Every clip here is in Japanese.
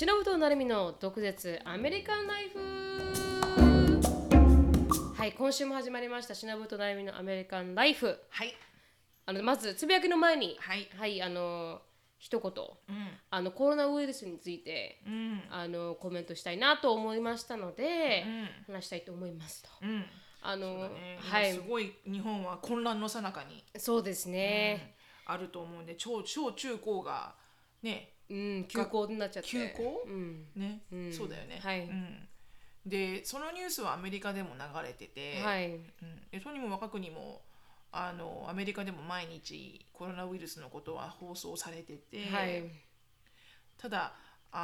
忍と成美の毒舌アメリカンライフ。はい、今週も始まりました忍と成美のアメリカンライフ。 はい。 まずつぶやきの前に、 はい。 はい、一言、コロナウイルスについて、コメントしたいなと思いましたので、話したいと思いますと。 そうだね。 はい、 今すごい日本は混乱の最中に、 そうですね。 あると思うんで、小中高がね、 休校になっちゃって。 休校、ね、 うんそうだよね。 はいで、そのニュースはアメリカでも流れてて、 はい。 でとにも若くにもアメリカでも毎日コロナウイルスのことは放送されてて、 はい。 ただ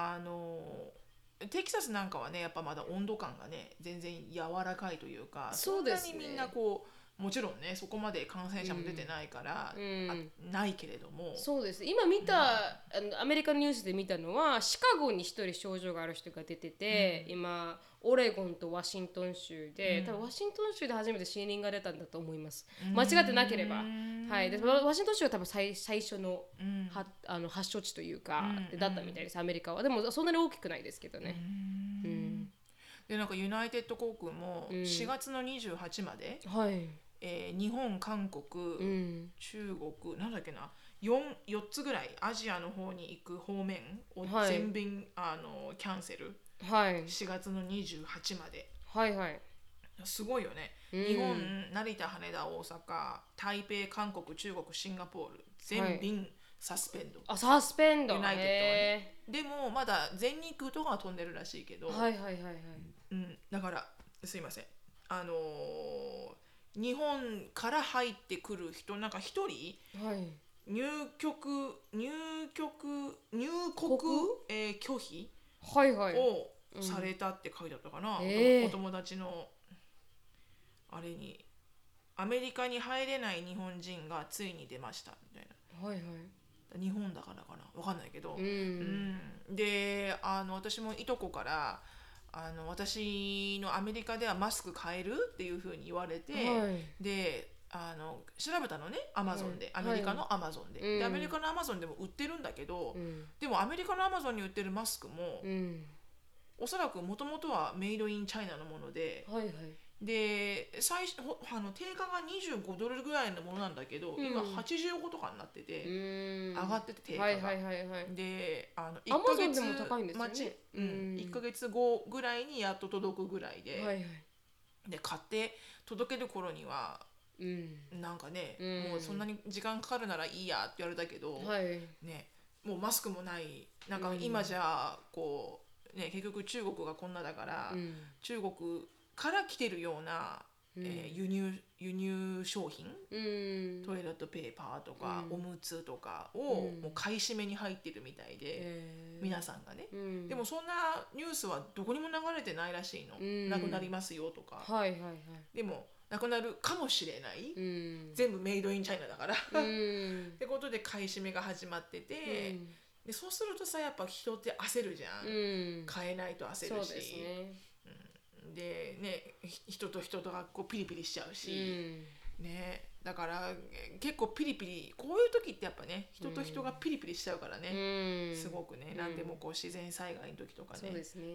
テキサスなんかはねやっぱまだ温度感がね全然柔らかいというか、 そうですね。 そんなにみんなこうもちろんねそこまで感染者も出てないから、ないけれども、 そうです。今見た、アメリカのニュースで見たのはシカゴに一人症状がある人が出てて、今オレゴンとワシントン州で、多分ワシントン州で初めて死人が出たんだと思います。間違ってなければ、はい。でワシントン州は多分最初の、発祥地というか、だったみたいです。アメリカはでもそんなに大きくないですけどね。 でなんかユナイテッド航空も4月の28まで、 はい。 日本、韓国、中国なんだっけな、4つぐらいアジアの方に行く方面を全便、キャンセル、 はい、 4月の28まで。 はいはいすごいよね、日本、成田、羽田、大阪、台北、韓国、中国、シンガポール全便サスペンド、 あ、サスペンドユナイテッドはね。でもまだ全日空とかは飛んでるらしいけど、 はいはいはいはい、 だからすいません、日本から入ってくる人なんか一人、 はい、 入国、拒否はいはいをされたって書いてあったかな、お友達のあれに、アメリカに入れない日本人がついに出ましたみたいな。 はいはい、 日本だからかなわかんないけど、で私もいとこから私のアメリカではマスク買えるっていうふうに言われて、で調べたのねアマゾンで、アメリカのアマゾンで、でアメリカのアマゾンでも売ってるんだけど、でもアメリカのアマゾンに売ってるマスクも、おそらくもともとはメイドインチャイナのもので、で定価が$25ぐらいのものなんだけど、今85とかになってて、上がってて定価が、で1ヶ月待ち、1ヶ月後ぐらいにやっと届くぐらいで、で買って届ける頃には、なんかね、もうそんなに時間かかるならいいやって言われたけど、ね、もうマスクもない、なんか今じゃこうね、結局中国がこんなだから、中国から来てるような、輸入商品、トイレットペーパーとか、おむつとかを、もう買い占めに入ってるみたいで、皆さんがね、でもそんなニュースはどこにも流れてないらしいの、なくなりますよとか、でもなくなるかもしれない、全部メイドインチャイナだからってことで買い占めが始まってて、でそうするとさやっぱ人って焦るじゃん、買えないと焦るし、でね、人と人とがこうピリピリしちゃうし、ね、だから結構ピリピリ、こういう時ってやっぱね人と人がピリピリしちゃうからね、すごくね、何でもこう自然災害の時とかね、 そうですね、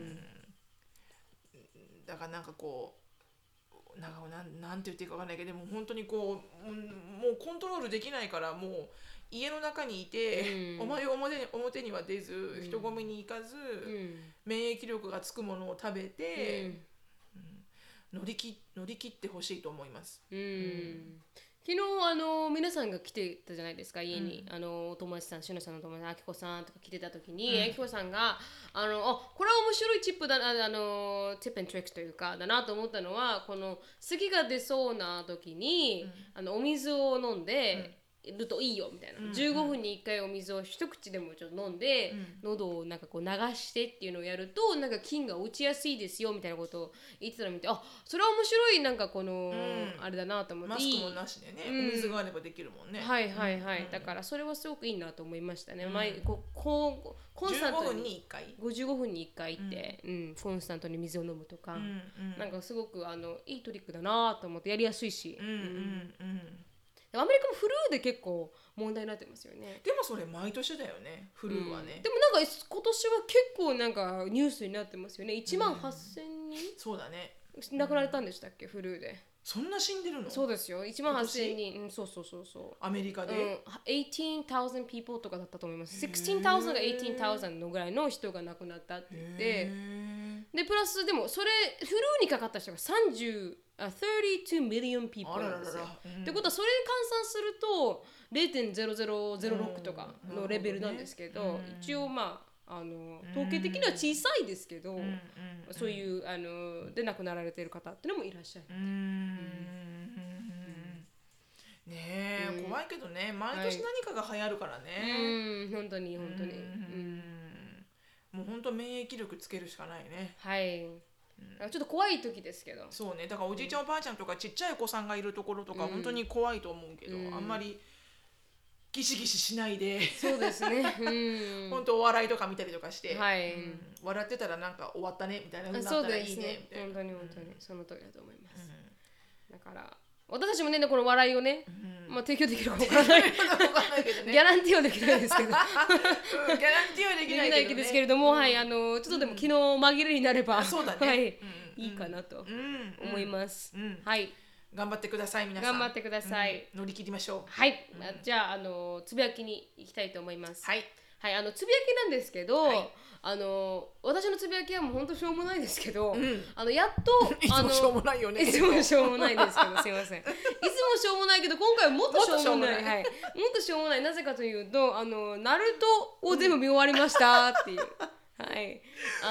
だからなんかこうなんて言っていいか分かんないけど、でも本当にこうもうコントロールできないから、もう家の中にいて、表には出ず、人混みに行かず、免疫力がつくものを食べて、乗り切ってほしいと思います。 昨日皆さんが来てたじゃないですか、家に、お友達さん、しのさんの友達、あきこさんとか来てた時に、あきこさんがこれは面白いチップだな、チップ&トリックスというかだなと思ったのは、この咳が出そうな時に、お水を飲んで、るといいよみたいな、15分に1回お水を一口でもちょっと飲んで、喉をなんかこう流してっていうのをやると、なんか菌が落ちやすいですよみたいなことを言ってたのを見て、あ、それは面白い、なんかこの、あれだなと思って、 マスクもなしでね、お水があればできるもんね。 だからそれはすごくいいなと思いましたね。 コンスタントに 55分に1回って、コンスタントに水を飲むとか、なんかすごくいいトリックだなと思って、やりやすいし、 でもアメリカもフルで結構問題になってますよね。 でもそれ毎年だよね、フルはね。 でもなんか今年は結構なんかニュースになってますよね。18,000人、 そうだね。 亡くなれたんでしたっけ、フルで。 そんな死んでるの？ そうですよ、18,000人、そうそうそうそう。 アメリカで、 18,000 people とかだったと思います。16,000が18,000のぐらいの人が亡くなったって言って、でプラスでもそれフルにかかった人が32 million people なんですよ。ってことはそれに換算すると 0.0006 とかのレベルなんですけど、一応まあ統計的には小さいですけど、そういうで亡くなられている方っていうのもいらっしゃる。 ねえ、怖いけどね、毎年何かが流行るからね。 本当に本当に。 もう本当免疫力つけるしかないね。 はい。ちょっと怖い時ですけど。 そうね、だからおじいちゃんおばあちゃんとかちっちゃいお子さんがいるところとか本当に怖いと思うけど、あんまりギシギシしないで、 そうですね。 本当お笑いとか見たりとかして、 はい、 笑ってたらなんか終わったねみたいなのになったらいいねみたいな。 本当に本当にその通りだと思います。だから私たちもね、この笑いをね、提供できるかわからない。ギャランティーはできないですけど。ギャランティーはできないですけれども、はい、ちょっとでも昨日紛れになれば、 そうだね。 はい、いいかなと思います。はい。 頑張ってください、皆さん。 頑張ってください。 乗り切りましょう。 はい。じゃあつぶやきに行きたいと思います。 はい。 はい、つぶやきなんですけど、私のつぶやきはもう本当しょうもないですけど、やっといつもしょうもないよね。 いつもしょうもないですけど、すいません。いつもしょうもないけど、今回はもっとしょうもない。はい。もっとしょうもない。なぜかというと、ナルトを全部見終わりましたっていう。はい。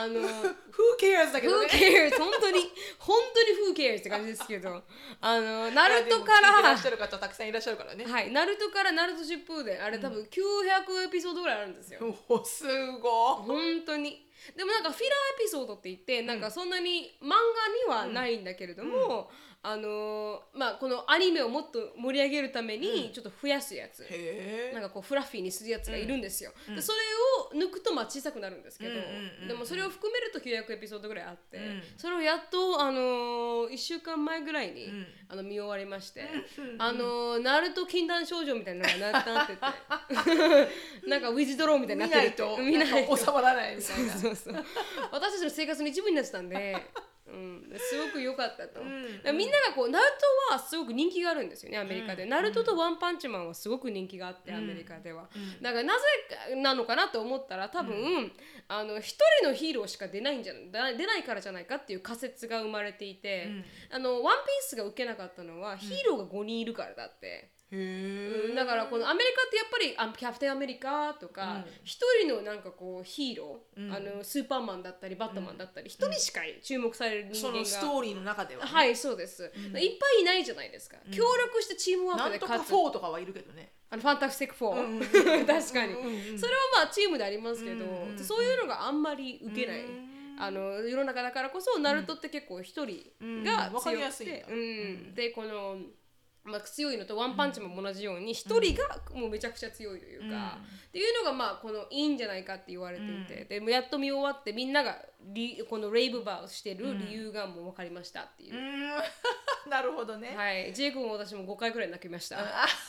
Who cares だけどね。 Who cares 本当に Who cares って感じですけど、ナルトからいらっしゃる方たくさんいらっしゃるからね。 はい。ナルトからナルト疾風伝、あれ多分900エピソードぐらいあるんですよ。 すごい。 本当に。でもなんかフィラーエピソードって言ってなんかそんなに漫画にはないんだけれども、まあこのアニメをもっと盛り上げるためにちょっと増やすやつ、なんかこうフラッフィーにするやつがいるんですよ。でそれを抜くとまあ小さくなるんですけど、でもそれを含めると900エピソードぐらいあって、それをやっと1週間前ぐらいに見終わりまして、ナルト禁断症状みたいなのがなっててなんかウィズドローみたいになってると見ないと収まらないみたいな。 そう私たちの生活の一部になってたんで、すごく良かったと。みんながこうナルトはすごく人気があるんですよね、アメリカで。ナルトとワンパンチマンはすごく人気があって、アメリカでは。だからなぜなのかなと思ったら、多分一人のヒーローしか出ないからじゃないかっていう仮説が生まれていて、ワンピースが受けなかったのはヒーローが5人いるからだって。だからこのアメリカってやっぱりキャプテンアメリカとか一人のなんかこうヒーロー、スーパーマンだったりバットマンだったり一人しか注目される人間がそのストーリーの中ではね。 はい、そうです。いっぱいいないじゃないですか。協力してチームワークで勝つ。 なんとか4とかはいるけどね。 ファンタスティック4、確かに。それはまあチームでありますけど、そういうのがあんまり受けない。世の中だからこそナルトって結構一人が強くて、でこの強いのとワンパンチも同じように一人がもうめちゃくちゃ強いというか、っていうのがまあこのいいんじゃないかって言われていて、でもやっと見終わってみんながこのレイブバーをしてる理由がもう分かりましたっていう。 なるほどね。 はい、ジェイクも私も5回くらい泣きました。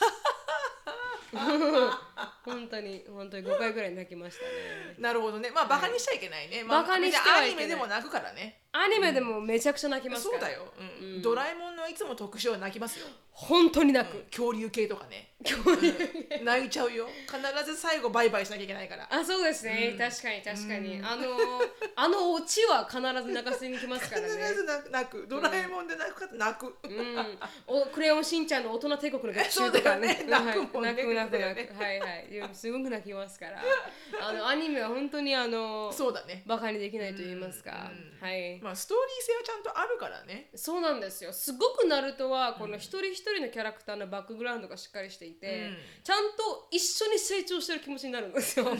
本当に5回ぐらい泣きましたね。 なるほどね。まあバカにしちゃいけないね。 バカにしてはいけない。 アニメでも泣くからね。 アニメでもめちゃくちゃ泣きますから。 そうだよ。ドラえもんのいつも特集は泣きますよ。 本当に泣く。 恐竜系とかね。泣いちゃうよ。必ず最後バイバイしなきゃいけないから。 あ、そうですね。確かに。オチは必ず泣かせに来ますからね。 必ず泣く。ドラえもんで泣く方泣く。 クレヨンしんちゃんの大人帝国の学習とかね。 泣く。 はいはい。すごく泣きますから。アニメは本当にそうだね。 バカにできないと言いますか。はい。 まあストーリー性はちゃんとあるからね。 そうなんですよ。すごくナルトはこの一人一人のキャラクターのバックグラウンドがしっかりしていて、ちゃんと一緒に成長してる気持ちになるんですよ。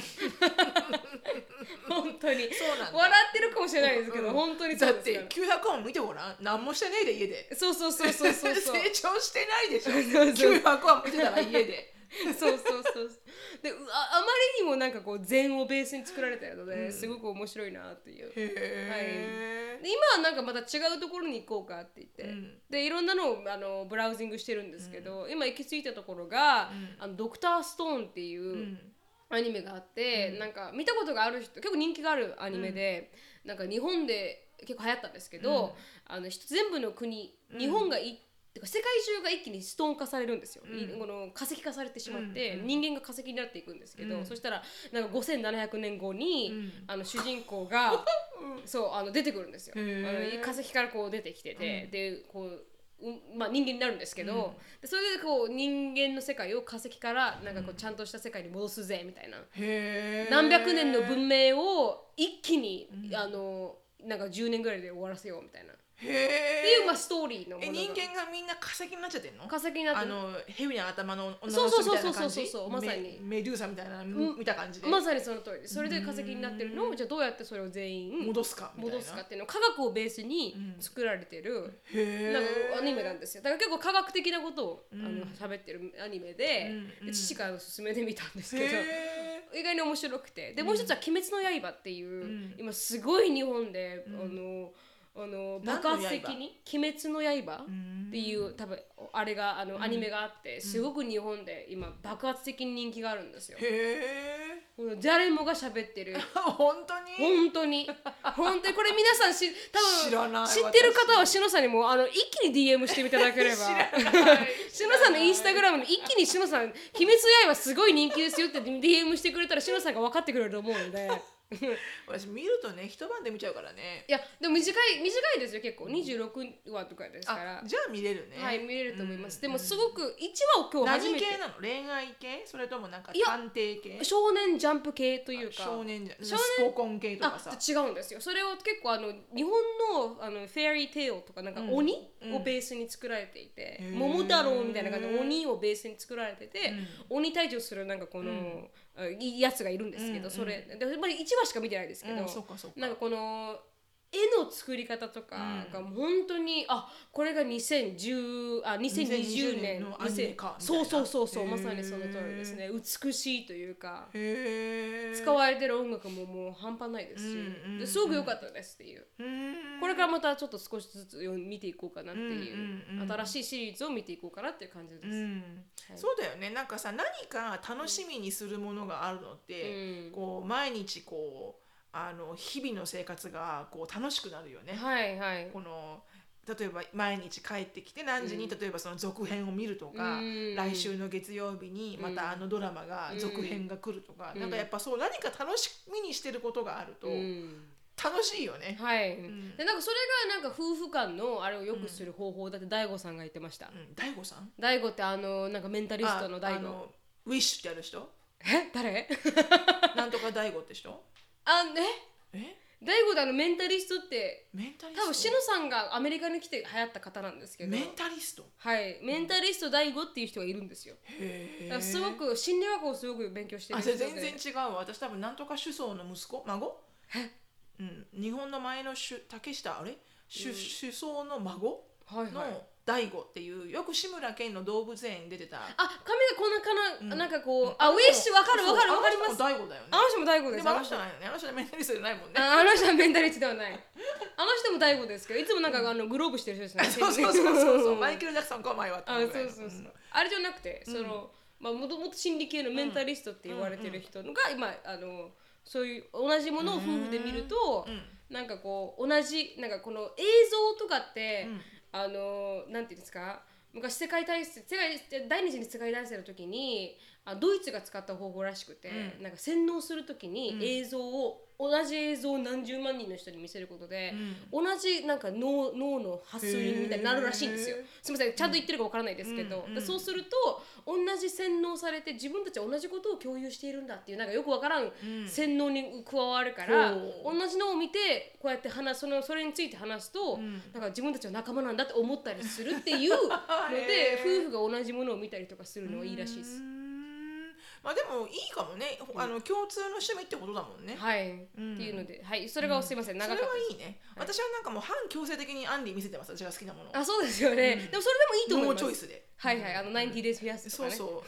本当に。 そうなんだ。 笑ってるかもしれないですけど、本当にそうですから。 だって900話も見てごらん。何もしてねえで家で。 そう。成長してないでしょ。900話見てたら家で。 そう。 であまりにもなんかこう禅をベースに作られてるので、すごく面白いなっていう。はい、で今はなんかまた違うところに行こうかって言って、でいろんなのをブラウジングしてるんですけど、今行き着いたところが、ドクターストーンっていうアニメがあって、なんか見たことがある人、結構人気があるアニメで、なんか日本で結構流行ったんですけど、全部の国、日本がてか世界中が一気にストーン化されるんですよ、この化石化されてしまって、人間が化石になっていくんですけど、そしたらなんか5700年後に、主人公がそう出てくるんですよ。化石からこう出てきてて、でこうまあ、人間になるんですけど、でそれでこう人間の世界を化石からなんかこうちゃんとした世界に戻すぜみたいな、何百年の文明を一気に、なんか10年ぐらいで終わらせようみたいなっていう、まあ、ストーリーのものが。 人間がみんな化石になっちゃってんの？ 化石になってる。 ヘビの頭の女の人みたいな感じ？ そうまさにメデューサみたいな見た感じで。 まさにその通りで、それで化石になってるのをじゃあどうやってそれを全員戻すかっていうのを科学をベースに作られてる、なんかアニメなんですよ。だから結構科学的なことを喋ってるアニメで、父からの勧めで見たんですけど、意外に面白くて、でもう一つは「鬼滅の刃」っていう、今すごい日本で爆発的に「鬼滅の刃」っていう多分あれがアニメがあって、すごく日本で今爆発的に人気があるんですよ。誰もが喋ってる本当にこれ皆さん多分知ってる方はしのさんにも一気に DM していただければしのさんのインスタグラムに一気にしのさん「鬼滅の刃すごい人気ですよ」って DM してくれたらしのさんが分かってくれると思うので私見るとね一晩で見ちゃうからね。 いやでも短いですよ、結構26話とかですから。 じゃあ見れるね。 はい、見れると思います。でもすごく1話を今日初めて。 何系なの？恋愛系？それともなんか探偵系？ 少年ジャンプ系というか、 少年スポコン系とかさ。 違うんですよ。それを結構日本のフェアリーテイルとかなんか鬼をベースに作られていて、桃太郎みたいな感じで鬼をベースに作られてて、鬼退治をするなんかこのやつがいるんですけど、それで1話しか見てないですけど、なんかこの絵の作り方とかが本当に、これが2020年のアニメかみたいな。 そうまさにその通りですね。美しいというか、使われてる音楽ももう半端ないですし、すごく良かったですっていう。これからまたちょっと少しずつ見ていこうかなっていう、新しいシリーズを見ていこうかなっていう感じです。 そうだよね。なんかさ、何か楽しみにするものがあるのって、こう毎日こう日々の生活がこう楽しくなるよね。この例えば毎日帰ってきて何時に、例えばその続編を見るとか、来週の月曜日にまたドラマが続編が来るとか、なんかやっぱそう何か楽しみにしてることがあると楽しいよね。 でなんかそれがなんか夫婦間のあれを良くする方法だって大悟さんが言ってました。 大悟さん？ 大悟ってなんかメンタリストの大悟。 ウィッシュってやる人？ 誰？ なんとか大悟って人？ 大悟でメンタリストって多分しのさんがアメリカに来て流行った方なんですけど、 メンタリスト？ はい、メンタリスト大悟っていう人がいるんですよ。だからすごく心理学をすごく勉強してる人で。 全然違う。私多分なんとか首相の息子孫？日本の前の竹下首相の孫の大悟っていう、よく志村けんの動物園に出てた。 髪がこんななんかこう、ウィッシュわかります。 大悟だよね。 あの人も大悟です。 でもあの人ないよね。あの人はメンタリストじゃないもんね。 あの人はメンタリストではない。あの人も大悟ですけど、いつもなんかグローブしてる人ですね。 そうマイケル・ジャクソンか前はってそうあれじゃなくて、もともと心理系のメンタリストって言われてる人が今そういう同じものを夫婦で見ると、なんかこう同じなんかこの映像とかって、なんていうんですか、昔第二次世界大戦の時にドイツが使った方法らしくて、なんか洗脳する時に同じ映像を何十万人の人に見せることで、同じなんか脳の発想みたいになるらしいんですよ。すみません、ちゃんと言ってるかわからないですけど、そうすると同じ洗脳されて自分たちは同じことを共有しているんだっていうなんかよくわからん洗脳に加わるから、同じのを見てこうやってそれについて話すと、なんか自分たちは仲間なんだって思ったりするっていうので、夫婦が同じものを見たりとかするのはいいらしいです。 まあでもいいかもね。共通の趣味ってことだもんね。 っていうので、それがすいません、長かったです。 それはいいね。私はなんかもう反強制的にアンディ見せてます。私が好きなもの。 そうですよね。でもそれでもいいと思います。 ノーチョイスで。 はいはい、90 days 増やすとかね。 そう、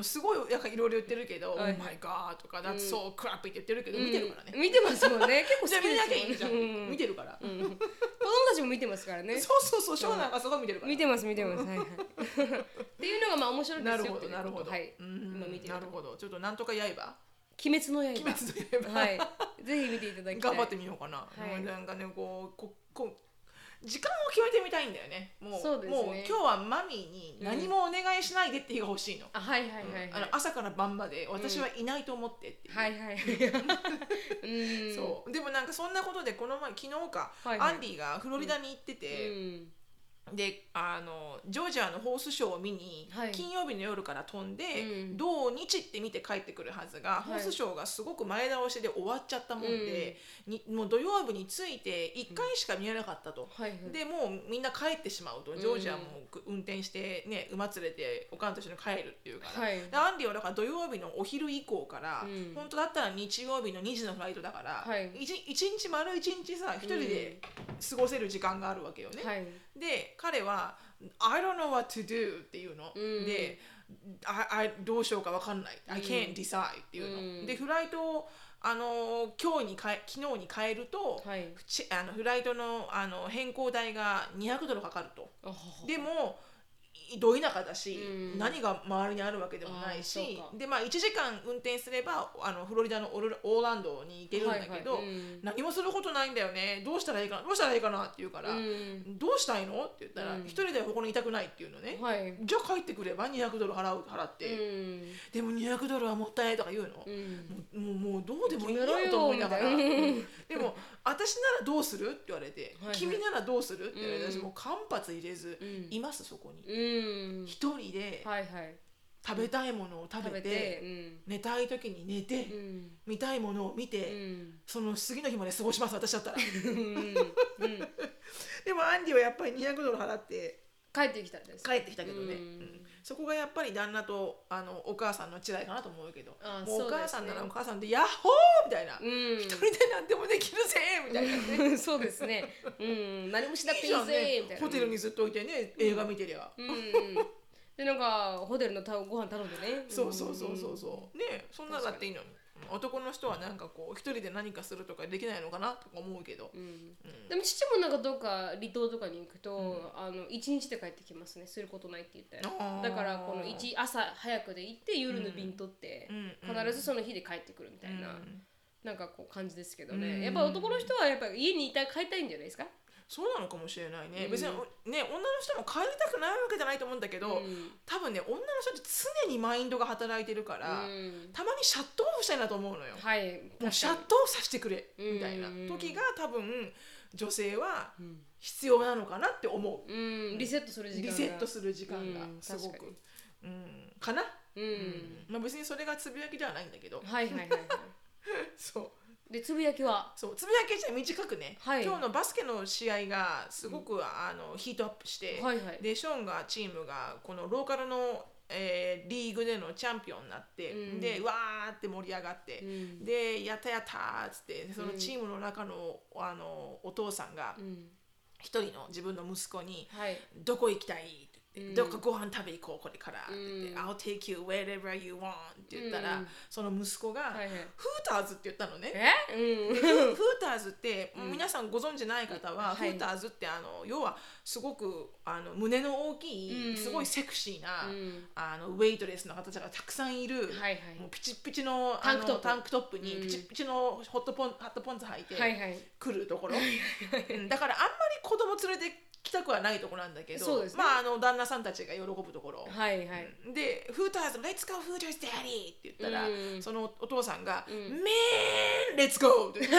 すごいなんかいろいろ言ってるけど、Oh my god とか That's so crap って言ってるけど、見てるからね。 見てますもんね。結構好きじゃあ見なきゃいいですじゃん。見てるから。 子供たちも見てますからね。 そう、ショーなんかすごい見てるから。 見てます。はいはい。っていうのがまあ面白いですよ。 なるほど。 はい。今見てる。 なるほど。ちょっとなんとか刃。 鬼滅の刃。はい。ぜひ見ていただきたい。 頑張ってみようかな。なんかね、こう時間を決めてみたいんだよね。もう今日はマミーに何もお願いしないでって日が欲しいの。朝から晩まで私はいないと思ってっていう。はいはい。そう。でもなんかそんなことでこの前昨日かアンディがフロリダに行ってて。でジョージアのホースショーを見に、金曜日の夜から飛んで、土日って見て帰ってくるはずが、ホースショーがすごく前倒しで終わっちゃったもんで、もう土曜日に着いて1回しか見えなかったと、でもうみんな帰ってしまうと、ジョージアも運転してね馬連れておかんと一緒に帰るっていうから、でアンディはだから土曜日のお昼以降から、本当だったら日曜日の2時のフライトだから、一日丸一日さ一人で過ごせる時間があるわけよね。で彼は I don't know what to do っていうの、でどうしようか分かんない、I can't decide っていうの、でフライトを昨日に変えると、フライトの変更代が$200かかると。でもど田舎だし、何が周りにあるわけでもないし、で1時間運転すればフロリダのオーランドに行けるんだけど、何もすることないんだよね、どうしたらいいかなって言うから、どうしたいのって言ったら、一人でここにいたくないっていうのね、じゃあ帰ってくれば$200払って、でも$200はもったいないとか言うの、もうどうでもいいよと思いながら、でも私ならどうするって言われて、君ならどうするって言われて、私もう間髪入れず、いますそこに。一人で食べたいものを食べて、寝たい時に寝て、見たいものを見て、その次の日まで過ごします、私だったら。でもアンディはやっぱり$200払って帰ってきたんです。 帰ってきたけどね、そこがやっぱり旦那とお母さんの違いかなと思うけど、もうお母さんならお母さんでヤッホーみたいな、一人で何でもできるぜみたいなね。 そうですね。何もしなくていいぜみたいな。 ホテルにずっといてね、映画見てりゃ。 でなんかホテルのご飯頼んでね。 そうね、そんなだっていいのに。男の人はなんかこう一人で何かするとかできないのかなとか思うけど、 でも父もなんかどっか離島とかに行くと、1日で帰ってきますね、することないって言ったら。だからこの朝早くで行って夜の便取って、必ずその日で帰ってくるみたいな、なんかこう感じですけどね、やっぱ男の人はやっぱ家に帰りたいんじゃないですか。 そうなのかもしれないね、別にね、女の人も帰りたくないわけじゃないと思うんだけど、多分ね、女の人って常にマインドが働いてるから、たまにシャットオフしたいなと思うのよ、もうシャットオフさせてくれみたいな時が多分女性は必要なのかなって思う、 リセットする時間がすごく、かな、別にそれがつぶやきではないんだけど、そうでつぶやきはつぶやきじゃ短くね、今日のバスケの試合がすごく、ヒートアップして、でショーンがチームがこのローカルの、リーグでのチャンピオンになって、でわーって盛り上がって、でやったやったーっつってそのチームの中の、お父さんが一人の自分の息子に、どこ行きたいどっかご飯食べ行こうこれからって言って、I'll take you wherever you want って言ったら、その息子が、フーターズって言ったのね。フーターズって、皆さんご存知ない方は、フーターズって要はすごく胸の大きい、すごいセクシーな、ウェイトレスの方たちがたくさんいる、もうピチピチのタンクトップにピチピチのハットポンツ履いて来るところ、だからあんまり子供連れて来たくはないところなんだけど、旦那さんたちが喜ぶところ、でフーターズ Let's go フーターズ Daddy って言ったら、そのお父さんが、Man Let's go って言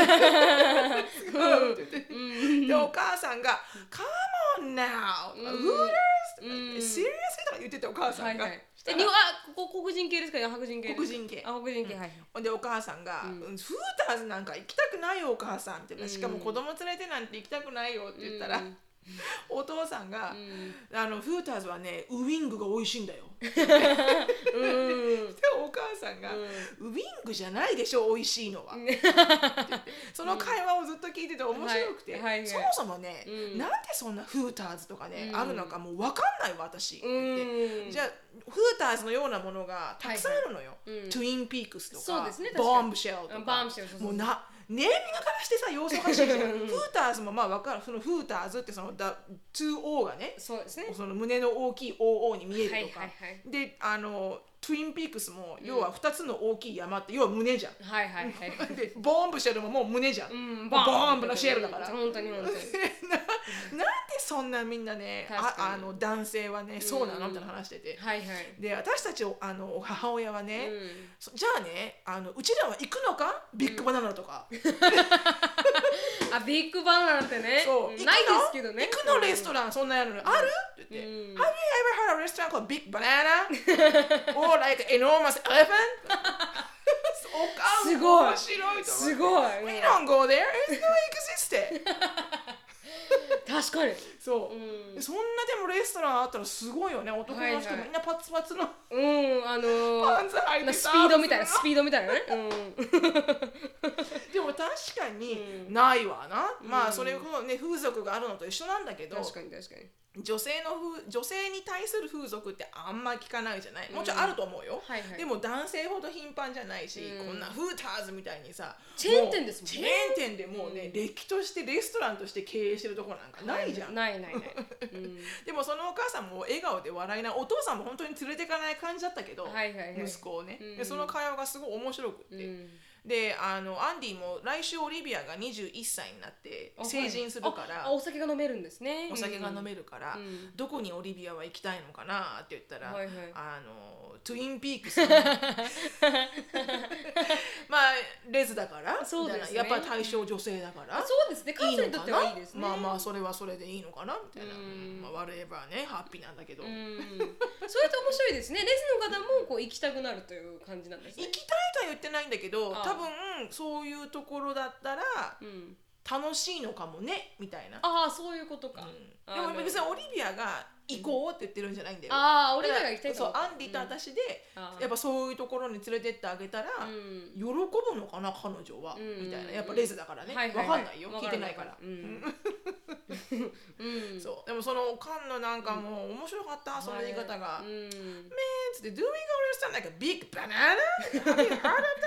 ってでお母さんが Come on now Hooters Seriously とか言ってて、お母さんがここ黒人系ですか、白人系？ 黒人系。でお母さんが、フーターズなんか行きたくないよお母さんって、しかも子供連れてなんて行きたくないよって言ったら、お父さんが、フーターズはねウィングが美味しいんだよでお母さんが、ウィンググじゃないでしょ美味しいのはその会話をずっと聞いてて面白くて、はいはいはい、そもそもね、なんでそんなフーターズとかね、あるのかもう分かんないわ私って言って、じゃあフーターズのようなものがたくさんあるのよ、トゥインピークスとか、ボンブシェルとか、もうネーミングからしてさ様子おかしいじゃんフーターズもまあ分かる、そのフーターズってその 2O がね、 そうですね、 その胸の大きい OO に見えるとか、はいはいはい、でトゥインピークスも要は2つの大きい山って要は胸じゃん、はいはいはい、でボンブシェルももう胸じゃん、ボンブのシェルだから本当に本当になんでそんなみんなね男性はねそうなのみたいな話してて、はいはい、で私たち母親はね、じゃあねうちらは行くのかビッグバナナとか、 ビッグバナナってねそうないですけどね、 行くのレストランそんなやるのあるって言って、Have you ever heard of a restaurant called Big Banana? Or like an enormous elephant? すごい面白いと思う。 すごい We don't go there. It's no existed. 確かにそう、そんなでもレストランあったらすごいよね。男の人みんなパツパツの、パンツ履いてスピードみたいなね、 でも確かにないわな、まあそれこそね風俗があるのと一緒なんだけど、 確かに女性に対する風俗ってあんま聞かないじゃない、もちろんあると思うよ、はいはい、でも男性ほど頻繁じゃないし、こんなフーターズみたいにさチェーン店ですもんね、 チェーン店でもうね、れっきとしてレストランとして経営してるところなんかないじゃん、 ない、 でもそのお母さんも笑顔で笑いな、お父さんも本当に連れていかない感じだったけど、息子をね、でその会話がすごい面白くって、でアンディも来週オリビアが21歳になって成人するから、 お酒が飲めるんですね、 お酒が飲めるから、どこにオリビアは行きたいのかなって言ったら、トゥインピークスまあレズだからそうです、ね、やっぱり対象女性だからそうですね、彼女にとってはいいですね、 まあまあそれはそれでいいのかなみたいな、まあ、我々はねハッピーなんだけど、それって面白いですね。レズの方もこう行きたくなるという感じなんですね。 行きたいとは言ってないんだけど、多分そういうところだったら、楽しいのかもねみたいな。 そういうことか、 でも別にオリビアが行こうって言ってるんじゃないんだよ。 オリビアが行きたいと。 そうアンディと私で、やっぱそういうところに連れてってあげたら、喜ぶのかな彼女は、みたいな。やっぱレズだからね、わかんないよ、聞いてないから。そうでもそのカンのなんかもう面白かった、その言い方が。メンつって Do we go understand like a big banana? Have you heard of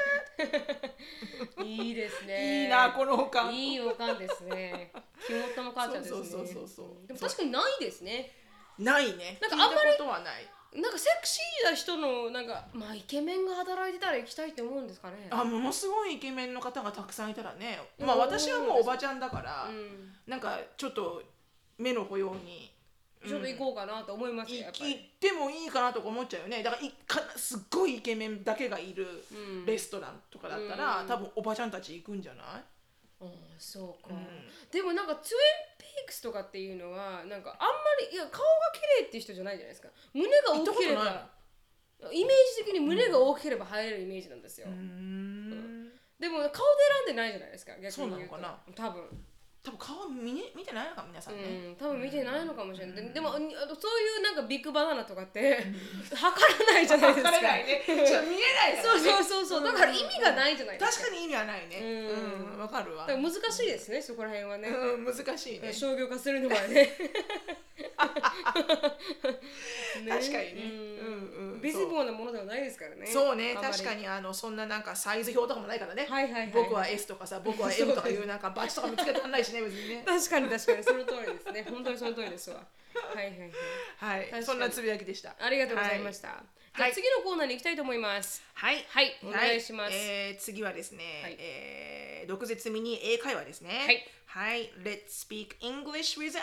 that? いいですね。 いいなこのおかん。 いいおかんですね。肝っ玉母ちゃんですね。そうでも確かにないですね。 ないね。 なんかあんまりことはない。 なんかセクシーな人のなんかまあイケメンが働いてたら行きたいって思うんですかね。 ものすごいイケメンの方がたくさんいたらね。まあ私はもうおばちゃんだから、なんかちょっと目の保養に。 ちょっと行こうかなと思いますよ。 行ってもいいかなとか思っちゃうよね。だからすっごいイケメンだけがいるレストランとかだったら、多分おばちゃんたち行くんじゃない？ そうか、でもなんかツインピークスとかっていうのはなんかあんまり顔が綺麗っていう人じゃないじゃないですか。胸が大きければイメージ的に胸が大きければ入れるイメージなんですよ。でも顔で選んでないじゃないですか。逆にそうなのかな。 多分顔見てないのか皆さんね、 多分見てないのかもしれない、でもそういうなんかビッグバナナとかって測らないじゃないですか。 測れないね。見えないからね。 そうだから意味がないじゃないですか。 確かに意味はないね。わかるわ。 だから難しいですね、そこら辺はね。 難しいね。 商業化するのはね。 確かにね。 ビジボーなものではないですからね。 そうね、確かにそんななんかサイズ表とかもないからね。僕は S とかさ、僕は M とかいうなんかバッジとか見つけたんないしね、別にね。 確かにその通りですね。本当にその通りですわ。 はい、そんなつぶやきでした。 ありがとうございました。じゃあ次のコーナーに行きたいと思います。はい、お願いします。 次はですね、毒舌ミニ英会話ですね。はい、Let's speak English with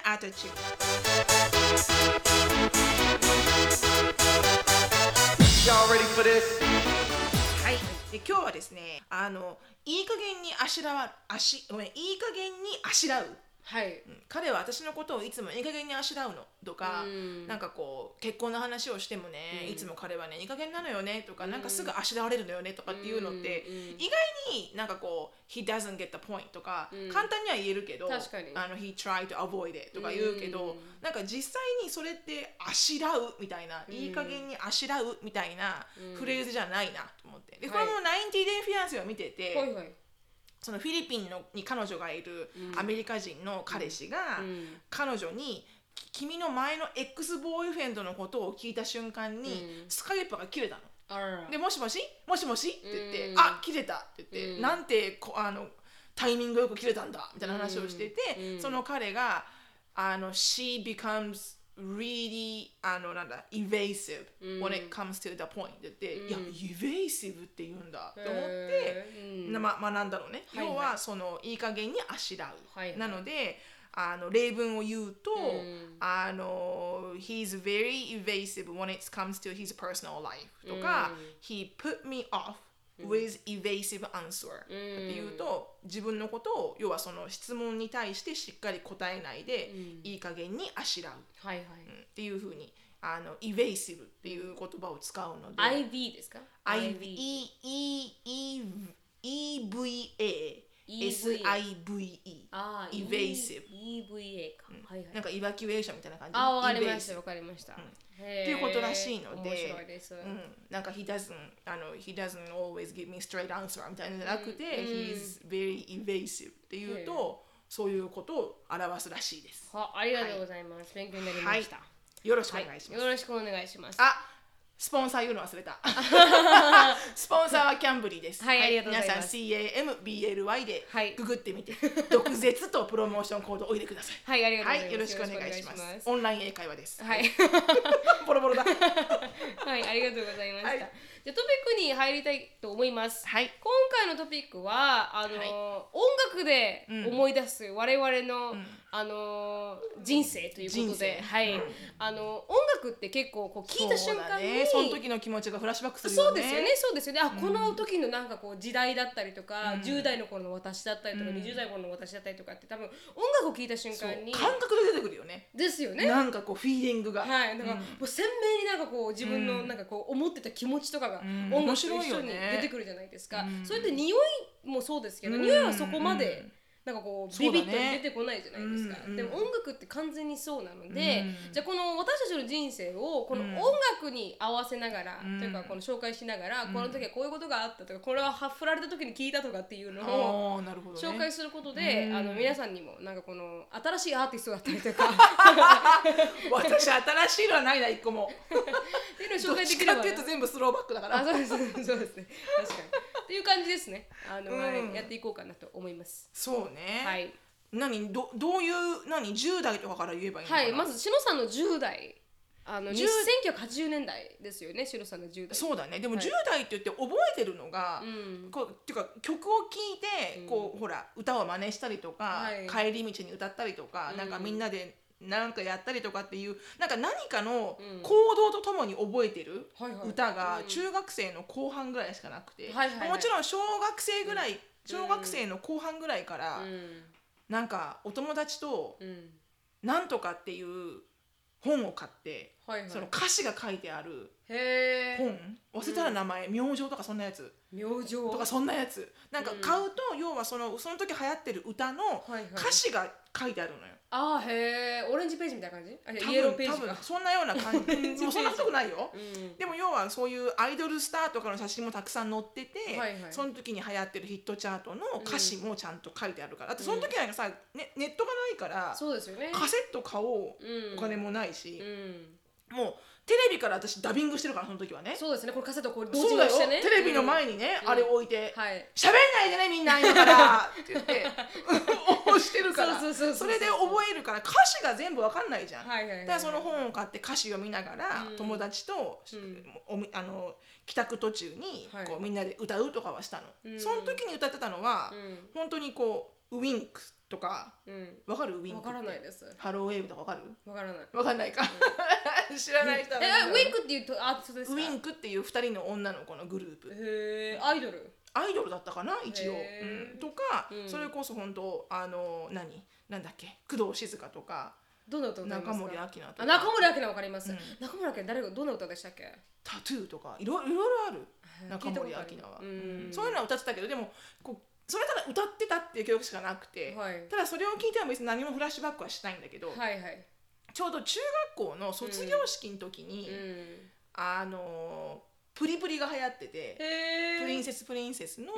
attitude。Y'all ready for this? はい、今日はですね、いい加減にあしらうはい、 彼は私のことをいつもいい加減にあしらうのとか、なんかこう結婚の話をしてもね、いつも彼はねいい加減なのよねとか、なんかすぐあしらわれるのよねとかっていうのって、意外になんかこう he doesn't get the point とか、簡単には言えるけど、 確かに he tried to avoid it とか言うけど、なんか実際にそれってあしらうみたいな、いい加減にあしらうみたいなフレーズじゃないなと思って、でこれも90 Day Fiancéを見てて、 はいはい、 そのフィリピンに彼女がいるアメリカ人の彼氏が彼女に君の前のエクスボーイフレンドのことを聞いた瞬間にスカイプが切れたの。でもしもしもしもしって言って、あ切れたって言って、なんてタイミングよく切れたんだみたいな話をしてて、その彼がshe becomes really evasive when it comes to the point って言って、いや evasive って言うんだと思って、なんだろうね、要はそのいい加減にあしらう、なので例文を言うと、he's very evasive when it comes to his personal life とか、he put me off with evasive answer っていうと、自分のことを要はその質問に対してしっかり答えないで、いい加減にあしらう、っていうふうにevasive っていう言葉を使うので、 IV ですか？ EVA SIVE evasive EVA か、 なんかイバキュエーションみたいな感じ。 わかりましたわかりました、 っていうことらしいので、 面白いです、 なんかhe doesn't always give me straight answer みたいなのじゃなくて、he's very evasive っていうと、そういうことを表すらしいです。 ありがとうございます、勉強になりました、 よろしくお願いします。 よろしくお願いします。 スポンサー言うの忘れた。スポンサーはキャンブリーです。 ありがとうございます。 皆さん CAMBLY でググってみて、毒舌とプロモーションコードを入れてください。 ありがとうございます。 よろしくお願いします。オンライン英会話です。ボロボロだ。 ありがとうございました。じゃあトピックに入りたいと思います。今回のトピックは音楽で思い出す我々の人生ということで、音楽って結構こう聞いた瞬間にその時の気持ちがフラッシュバックするよね。 そうですよね。この時のなんかこう時代だったりとか、10代の頃の私だったりとか、20代の頃の私だったりとかって多分音楽を聞いた瞬間に感覚で出てくるよね。 ですよね。 なんかこうフィーリングが、 なんかもう鮮明になんかこう自分のなんかこう思ってた気持ちとかが音楽と一緒に出てくるじゃないですか。それって匂いもそうですけど、匂いはそこまでなんかこうビビッと出てこないじゃないですか。でも音楽って完全にそうなので、じゃあこの私たちの人生をこの音楽に合わせながら、というかこの紹介しながら、この時はこういうことがあったとか、これは振られた時に聞いたとかっていうのを紹介することで、皆さんにもなんかこの新しいアーティストだったりとか私新しいのはないな一個もっていうのを紹介できれば、 どっちかっていうと全部スローバックだからそうですね確かにっていう感じですね。やっていこうかなと思います。 そうね。どういう10代とかから言えばいいのかな。 まずしのさんの10代1980年代ですよね。しのさんの10代。 そうだね。でも10代って言って覚えてるのが、っていうか曲を聴いてこうほら歌を真似したりとか、帰り道に歌ったりとか、なんかみんなでなんかやったりとかっていう何かの行動とともに覚えてる歌が中学生の後半ぐらいしかなくて、もちろん小学生の後半ぐらいからなんかお友達となんとかっていう本を買って、その歌詞が書いてある本忘れたら名前、明星とかそんなやつとかそんなやつなんか買うと、要はその時流行ってる歌の歌詞が書いてあるのよ。 オレンジページみたいな感じ？イエローページか。 多分そんなような感じ。もうそんなことないよ。でも要はそういうアイドルスターとかの写真もたくさん載ってて、その時に流行ってるヒットチャートの歌詞もちゃんと書いてあるから。だってその時なんかさ、ネットがないから、 そうですよね。 カセット買おうお金もないし、もうテレビから私ダビングしてるから、その時はね。 そうですね。これカセットこう同時にしてね。 テレビの前にね、あれ置いて、喋んないでねみんな今からって言って押してるから、それで覚えるから歌詞が全部わかんないじゃん。だからその本を買って歌詞読みながら友達と帰宅途中にこうみんなで歌うとかはしたの。その時に歌ってたのは本当にこうウィンクとか、わかる？ウィンクって。 わからないです。 ハローウェーブとかわかる？ わからない。 わかんないか。知らない人は。 ウィンクっていうとアーティストですか？ ウィンクっていう2人の女の子のグループ。 へー、アイドルだったかな一応、とか、それこそ本当なんだっけ、工藤静香とか、 どんな歌歌いますか？ 中森明菜とか。 中森明菜わかります。中森明菜どんな歌でしたっけ？ タトゥーとかいろいろある。中森明菜は、そういうのは歌ってたけど、でもそれただ歌ってたっていう記憶しかなくて、ただそれを聞いても別に何もフラッシュバックはしないんだけど、ちょうど中学校の卒業式の時に、プリプリが流行ってて、プリンセスの